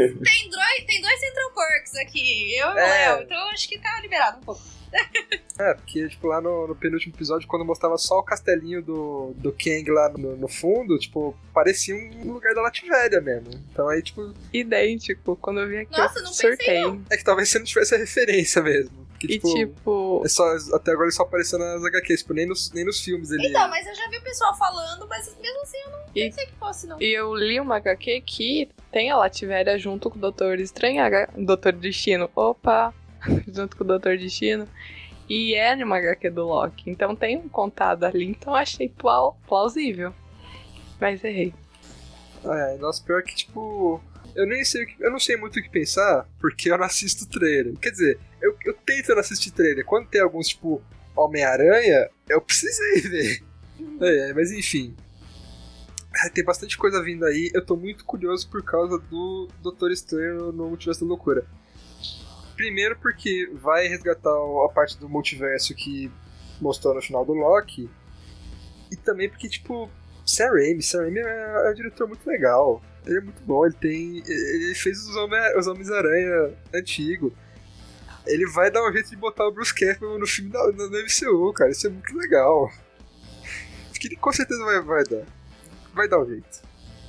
dois Central Perks aqui, eu e o Léo, então eu acho que tá liberado um pouco. Porque, tipo, lá no penúltimo episódio, quando mostrava só o castelinho do Kang lá no fundo, tipo, parecia um lugar da Latvéria mesmo. Então aí, tipo... idêntico, quando eu vi aqui, nossa, eu não surtei. pensei, não. É que talvez você não tivesse a referência mesmo. Porque, é só, até agora ele só apareceu nas HQs, tipo, nem nos filmes ele... Então, mas eu já vi o pessoal falando, mas mesmo assim eu não pensei que fosse, não. E eu li uma HQ que tem a Latvéria junto com o Doutor Estranho, Doutor Destino, junto com o Doutor Destino, e é numa HQ do Loki, então tem um contado ali, então eu achei plausível, mas errei. Nossa, pior que, tipo, eu não sei muito o que pensar, porque eu não assisto trailer. Quer dizer, eu tento não assistir trailer. Quando tem alguns, tipo, Homem-Aranha, eu precisei ver. Mas enfim. Tem bastante coisa vindo aí. Eu tô muito curioso por causa do Doutor Estranho no Multiverso da Loucura. Primeiro porque vai resgatar a parte do multiverso que mostrou no final do Loki. E também porque, tipo, Sam Raimi é um diretor muito legal. Ele é muito bom, ele fez os Homens-Aranha antigo. Ele vai dar um jeito de botar o Bruce Campbell no filme da MCU, cara. Isso é muito legal. Acho que ele com certeza vai dar um jeito.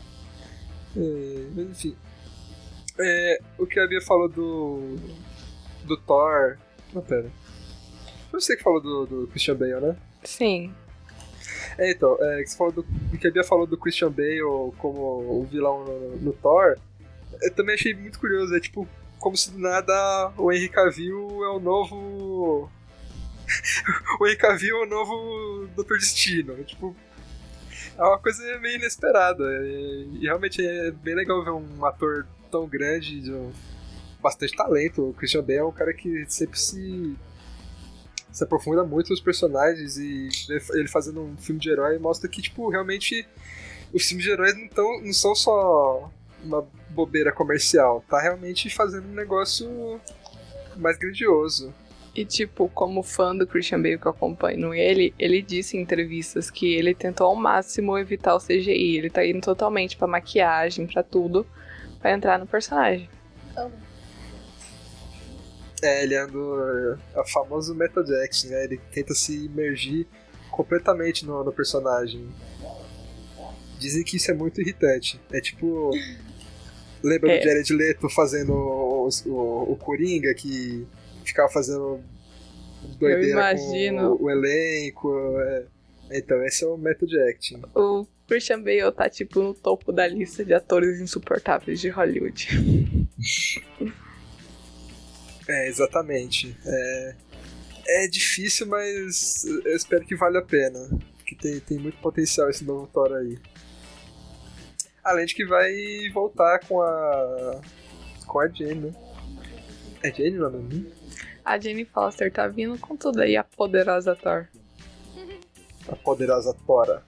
Mas enfim. O que a Bia falou do Thor... Não, pera. Foi você que falou do Christian Bale, né? Sim. Então, que a Bia falou do Christian Bale como o vilão no Thor, eu também achei muito curioso. É tipo, como se do nada o Henry Cavill é o novo... o Henry Cavill é o novo Doutor Destino. Tipo, é uma coisa meio inesperada. E realmente é bem legal ver um ator tão grande, de bastante talento. O Christian Bale é um cara que sempre se aprofunda muito nos personagens, e ele fazendo um filme de herói mostra que, tipo, realmente os filmes de heróis não são só uma bobeira comercial, tá realmente fazendo um negócio mais grandioso. E, tipo, como fã do Christian Bale que eu acompanho ele disse em entrevistas que ele tentou ao máximo evitar o CGI, ele tá indo totalmente pra maquiagem, pra tudo, pra entrar no personagem. Ele é o famoso method acting, né? Ele tenta se imergir completamente no personagem. Dizem que isso é muito irritante. É tipo... Lembra do Jared Leto fazendo o Coringa, que ficava fazendo doideira com o elenco. Então, esse é o method acting. O Christian Bale tá, tipo, no topo da lista de atores insuportáveis de Hollywood. Exatamente. É difícil, mas eu espero que valha a pena. Porque tem muito potencial esse novo Thor aí. Além de que vai voltar com a Jane, né? É Jane o nome? A Jane Foster tá vindo com tudo aí, a poderosa Thor. A poderosa Tora.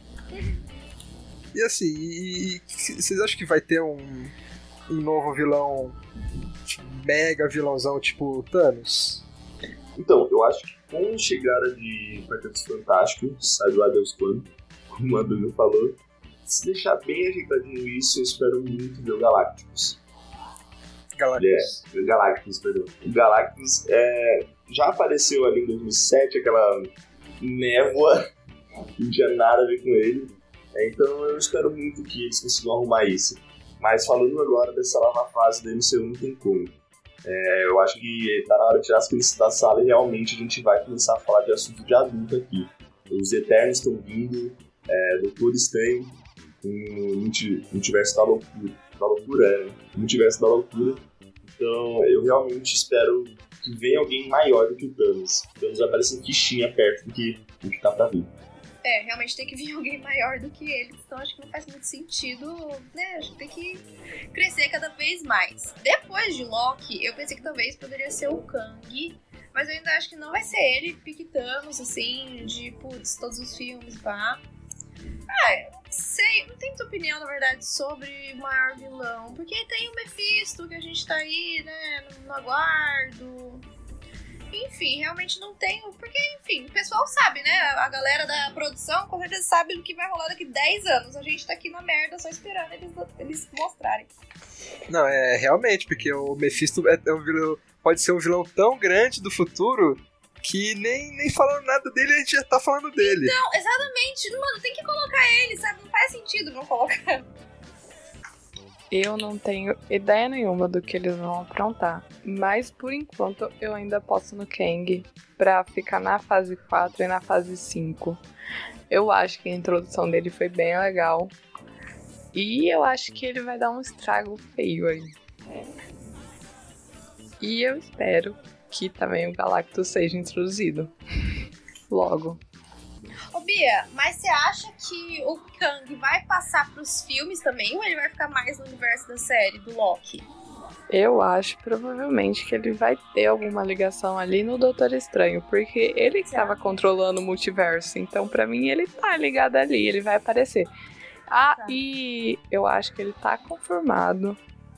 E assim, vocês acham que vai ter um novo vilão, mega vilãozão tipo Thanos? Então, eu acho que com a chegada de Quarteto Fantástico, sabe lá Deus quando, como a Dudu falou, se deixar bem ajeitadinho isso, eu espero muito ver o Galactus. Galactus, perdão. O Galactus já apareceu ali em 2007, aquela névoa que não tinha nada a ver com ele. Então eu espero muito que eles consigam arrumar isso. Mas falando agora dessa nova fase do MCU, não tem como. Eu acho que tá na hora de tirar as crianças da sala e realmente a gente vai começar a falar de assunto de adulto aqui. Os Eternos estão vindo, Doutor Estranho, no Multiverso da Loucura, no Multiverso da Loucura. Então eu realmente espero que venha alguém maior do que o Thanos. O Thanos vai parecer um fichinha perto do que tá pra vir. Realmente tem que vir alguém maior do que ele, então acho que não faz muito sentido, né? Acho que tem que crescer cada vez mais. Depois de Loki, eu pensei que talvez poderia ser o Kang, mas eu ainda acho que não vai ser ele, pique Thanos, assim, de, putz, todos os filmes, pá. Eu não sei, não tenho muita opinião, na verdade, sobre o maior vilão, porque tem o Mephisto, que a gente tá aí, né, no aguardo. Enfim, realmente não tenho, porque, enfim, o pessoal sabe, né, a galera da produção com certeza sabe do que vai rolar daqui 10 anos, a gente tá aqui na merda só esperando eles mostrarem. Não, realmente, porque o Mephisto é um vilão, pode ser um vilão tão grande do futuro que nem falando nada dele, a gente já tá falando dele. Não, exatamente. Mano, tem que colocar ele, sabe? Não faz sentido não colocar. Eu não tenho ideia nenhuma do que eles vão aprontar. Mas, por enquanto, eu ainda posso no Kang pra ficar na fase 4 e na fase 5. Eu acho que a introdução dele foi bem legal. E eu acho que ele vai dar um estrago feio aí. E eu espero que também o Galactus seja introduzido logo. Ô Bia, mas você acha que o Kang vai passar pros filmes também ou ele vai ficar mais no universo da série, do Loki? Eu acho provavelmente que ele vai ter alguma ligação ali no Doutor Estranho, porque ele que estava controlando o multiverso, então pra mim ele tá ligado ali, ele vai aparecer. E eu acho que ele tá confirmado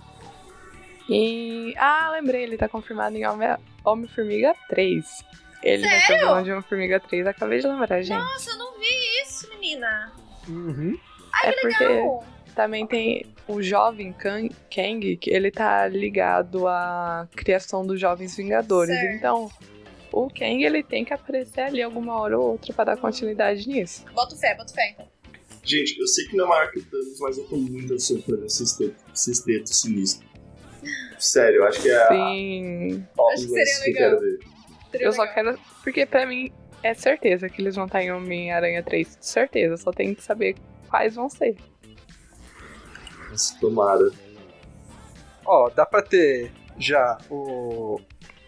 em... lembrei, ele tá confirmado em Homem-Formiga 3. Ele vai ter o vilão de Homem-Formiga 3, acabei de lembrar, gente. Nossa, eu não vi isso, menina. Uhum. Ai, que legal. Porque também tem o jovem Kang, que ele tá ligado à criação dos Jovens Vingadores. Certo. Então, o Kang, ele tem que aparecer ali alguma hora ou outra pra dar continuidade nisso. Bota fé, então. Gente, eu sei que não é maior que o Thanos, mas eu tô muito ansioso pra ver esse sexteto sinistro. Sério, eu acho que é Sim. Acho que seria que eu legal. quero ver. Eu só quero... Porque pra mim é certeza que eles vão estar em Homem-Aranha 3. Certeza, só tem que saber quais vão ser. Mas tomara. Dá pra ter já o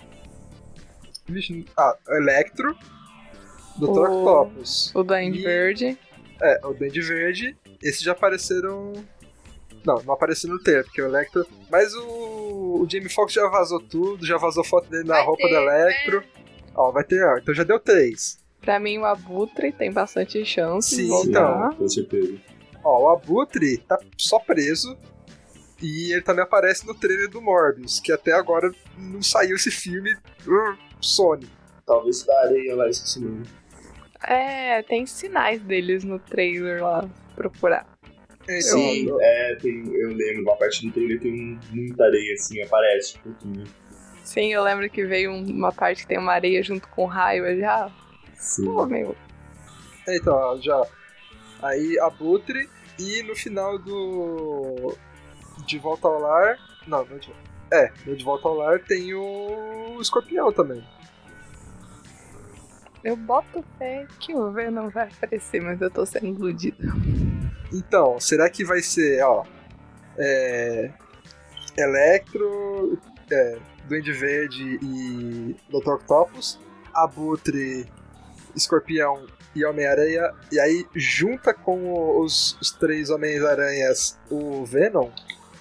Electro, Dr. Octopus. O Duende Verde. O Duende Verde. Esses já apareceram... Não apareceu no trailer, porque o Electro... Mas o Jamie Foxx já vazou tudo, já vazou foto dele na roupa do Electro. Vai ter, então já deu 3. Pra mim, o Abutre tem bastante chance de Sim, voltar. então. Com certeza. O Abutre tá só preso e ele também aparece no trailer do Morbius, que até agora não saiu esse filme Sony. Talvez da areia lá, esqueci o nome. Tem sinais deles no trailer lá, procurar. Sim, eu lembro, uma parte do trailer tem muita areia, assim, aparece um pouquinho. Sim, eu lembro que veio uma parte que tem uma areia junto com raio, eu já... Sim. Pô, meu... Então, já. Aí Abutre e no final do De Volta ao Lar... Não é de... no De Volta ao Lar tem o Escorpião também. Eu boto fé que o Venom vai aparecer, mas eu tô sendo iludida. Então, será que vai ser, Electro, Duende Verde e Dr. Octopus, Abutre, Escorpião e Homem-Aranha, e aí junta com os 3 Homens-Aranhas o Venom?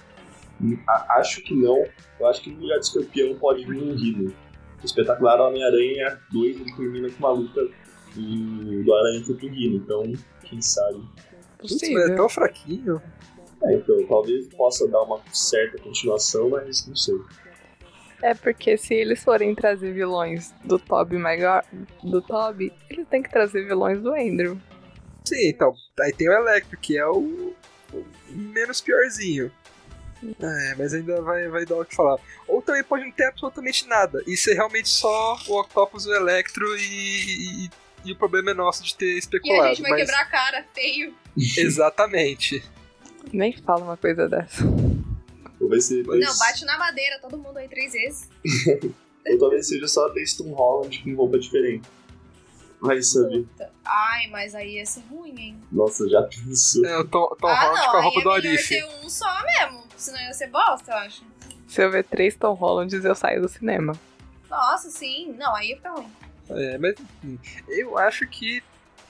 Acho que não. Eu acho que no lugar do Escorpião pode vir um Rhino. O Espetacular Homem-Aranha 2 ele termina com uma luta do Aranha contra o Rhino, então quem sabe. Putz, mas é tão fraquinho. Então talvez possa dar uma certa continuação, mas não sei. É porque se eles forem trazer vilões do Tobey Maguire, eles têm que trazer vilões do Andrew. Sim, então, aí tem o Electro, que é o menos piorzinho. Mas ainda vai dar o que falar. Ou também pode não ter absolutamente nada, e ser realmente só o Octopus, o Electro e o problema é nosso de ter especulado. E a gente vai quebrar a cara, feio. Exatamente. Nem fala uma coisa dessa. Ou vai ser Não, bate na madeira, todo mundo aí 3 vezes. Ou talvez seja só ter Tom Holland com roupa diferente. Vai saber. Puta. Ai, mas aí ia ser ruim, hein? Nossa, já pensou. O Tom Holland com a roupa do aí é melhor Arif. ter um só mesmo, senão ia ser bosta, eu acho. Se eu ver 3 Tom Hollands, eu saio do cinema. Nossa, sim. Não, aí ia ficar ruim. Mas enfim, eu acho que...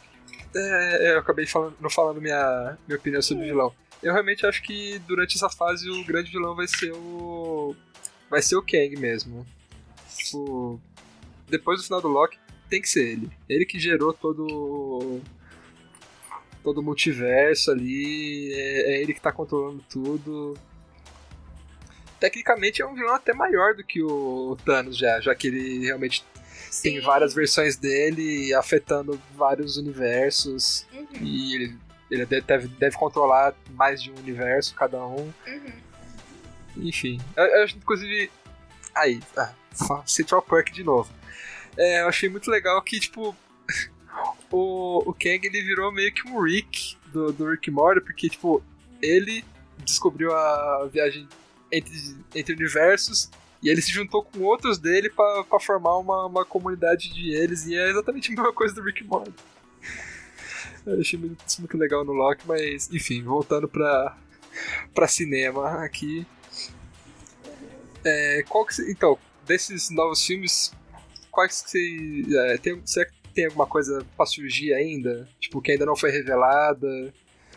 eu acabei não falando minha opinião sobre o vilão. Eu realmente acho que durante essa fase o grande vilão vai ser o Kang mesmo. Tipo, depois do final do Loki, tem que ser ele. Ele que gerou todo o multiverso ali, é ele que tá controlando tudo. Tecnicamente é um vilão até maior do que o Thanos já que ele realmente tem várias versões dele afetando vários universos. E ele deve controlar mais de um universo, cada um. Enfim, eu inclusive... Central Park de novo. Eu achei muito legal que, tipo, o Kang ele virou meio que um Rick do Rick and Morty, porque, tipo, ele descobriu a viagem entre universos e ele se juntou com outros dele pra formar uma comunidade de eles, e é exatamente a mesma coisa do Rick and Morty. Eu achei muito legal no Loki, mas, enfim, voltando pra cinema aqui. Então, desses novos filmes, quais que você tem alguma coisa pra surgir ainda? Tipo, que ainda não foi revelada?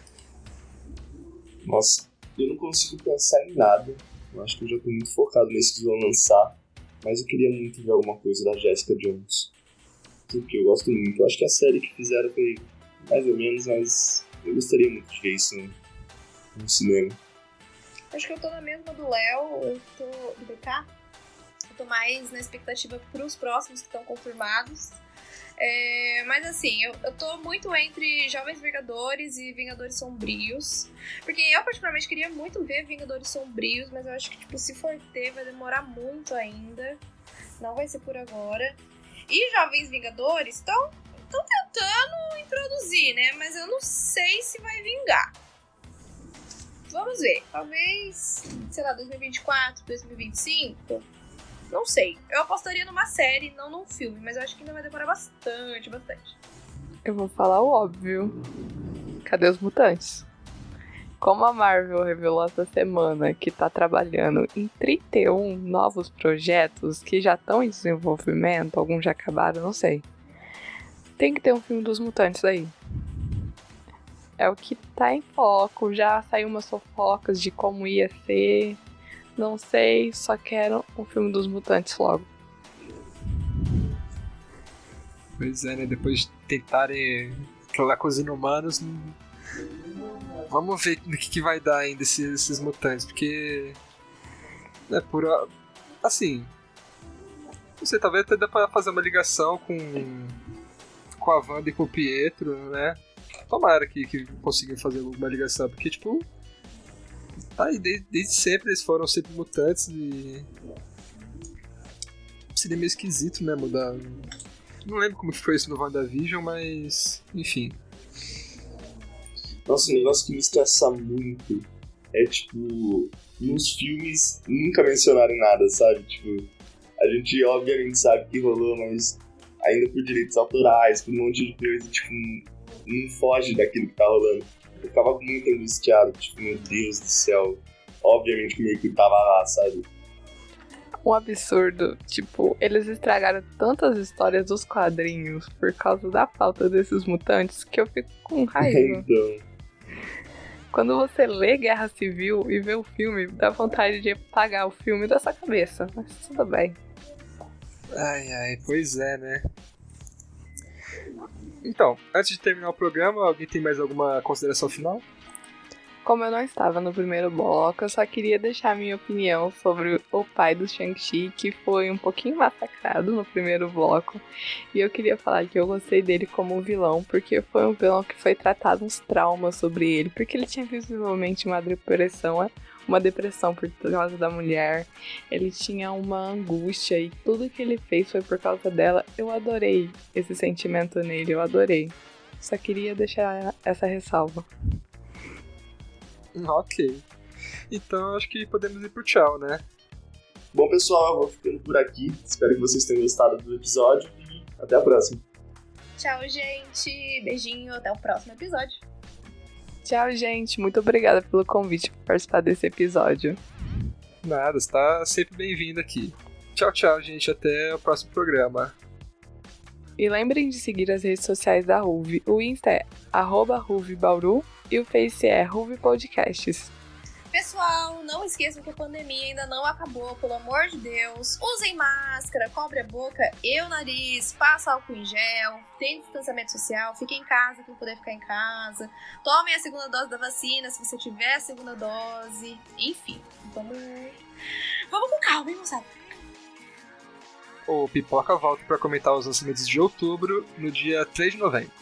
Nossa, eu não consigo pensar em nada. Eu acho que eu já tô muito focado nesse que vão lançar. Mas eu queria muito ver alguma coisa da Jessica Jones. Porque eu gosto muito. Eu acho que a série que fizeram foi mais ou menos, mas eu gostaria muito de ver isso no cinema. Acho que eu tô na mesma do Léo, eu tô do BK. Eu tô mais na expectativa pros próximos que estão confirmados. Mas assim, eu tô muito entre Jovens Vingadores e Vingadores Sombrios. Porque eu particularmente queria muito ver Vingadores Sombrios, mas eu acho que tipo, se for ter, vai demorar muito ainda. Não vai ser por agora. E Jovens Vingadores estão tentando introduzir, né? Mas eu não sei se vai vingar. Vamos ver. Talvez, sei lá, 2024, 2025. Não sei. Eu apostaria numa série, não num filme. Mas eu acho que ainda vai demorar bastante. Eu vou falar o óbvio. Cadê os mutantes? Como a Marvel revelou essa semana que tá trabalhando em 31 novos projetos que já estão em desenvolvimento, alguns já acabaram, não sei. Tem que ter um filme dos mutantes aí. É o que tá em foco, já saiu umas fofocas de como ia ser. Não sei, só quero um filme dos mutantes logo. Pois é, né? Depois de tentarem falar com os inumanos, vamos ver no que vai dar ainda esses mutantes, porque... assim... Não sei, talvez até dá pra fazer uma ligação com a Wanda e com o Pietro, né? tomara que consigam fazer alguma ligação, porque, tipo, tá aí, desde sempre eles foram sempre mutantes e seria meio esquisito, né, mudar. Não lembro como foi isso no WandaVision, mas enfim. Nossa, um negócio que me estressa muito é, tipo, nos filmes nunca mencionarem nada, sabe? Tipo, a gente obviamente sabe que rolou, mas ainda por direitos autorais, por um monte de coisa, tipo, não foge daquilo que tá rolando. Eu ficava muito angustiado, tipo, meu Deus do céu. Obviamente que o Mercúrio tava lá, sabe? Um absurdo, tipo, eles estragaram tantas histórias dos quadrinhos por causa da falta desses mutantes que eu fico com raiva. Então, Quando você lê Guerra Civil e vê o filme, dá vontade de apagar o filme da sua cabeça, mas tudo bem. Ai, pois é, né? Então, antes de terminar o programa, alguém tem mais alguma consideração final? Como eu não estava no primeiro bloco, eu só queria deixar minha opinião sobre o pai do Shang-Chi, que foi um pouquinho massacrado no primeiro bloco. E eu queria falar que eu gostei dele como um vilão, porque foi um vilão que foi tratado uns traumas sobre ele, porque ele tinha visivelmente uma depressão por causa da mulher. Ele tinha uma angústia e tudo que ele fez foi por causa dela. Eu adorei esse sentimento nele, eu adorei. Só queria deixar essa ressalva. Ok. Então acho que podemos ir pro tchau, né? bom, pessoal, eu vou ficando por aqui. Espero que vocês tenham gostado do episódio e até a próxima. Tchau, gente. Beijinho. Até o próximo episódio. Tchau, gente. Muito obrigada pelo convite para participar desse episódio. Nada, está sempre bem-vindo aqui. Tchau, tchau, gente. Até o próximo programa. E lembrem de seguir as redes sociais da Ruve. O Insta é @RuveBauru e o Face é Ruve Podcasts. Pessoal, não esqueçam que a pandemia ainda não acabou, pelo amor de Deus. Usem máscara, cobre a boca e o nariz, passa álcool em gel, tem distanciamento social, fiquem em casa quem puder ficar em casa. Tomem a segunda dose da vacina se você tiver a segunda dose. Enfim, vamos com calma, hein, moçada? O Pipoca volta para comentar os lançamentos de outubro no dia 3 de novembro.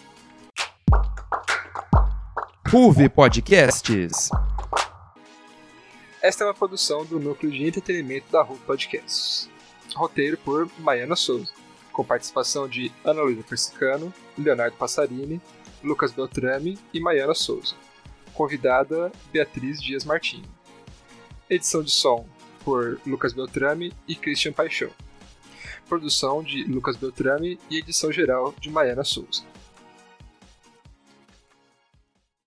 Ruve Podcasts. Esta é uma produção do Núcleo de Entretenimento da Ruve Podcasts. Roteiro por Maiana Souza, com participação de Ana Luísa Persicano, Leonardo Passarini, Lucas Beltrame e Maiana Souza. Convidada Beatriz Dias Martins. Edição de som por Lucas Beltrame e Christian Paixão. Produção de Lucas Beltrame e edição geral de Maiana Souza.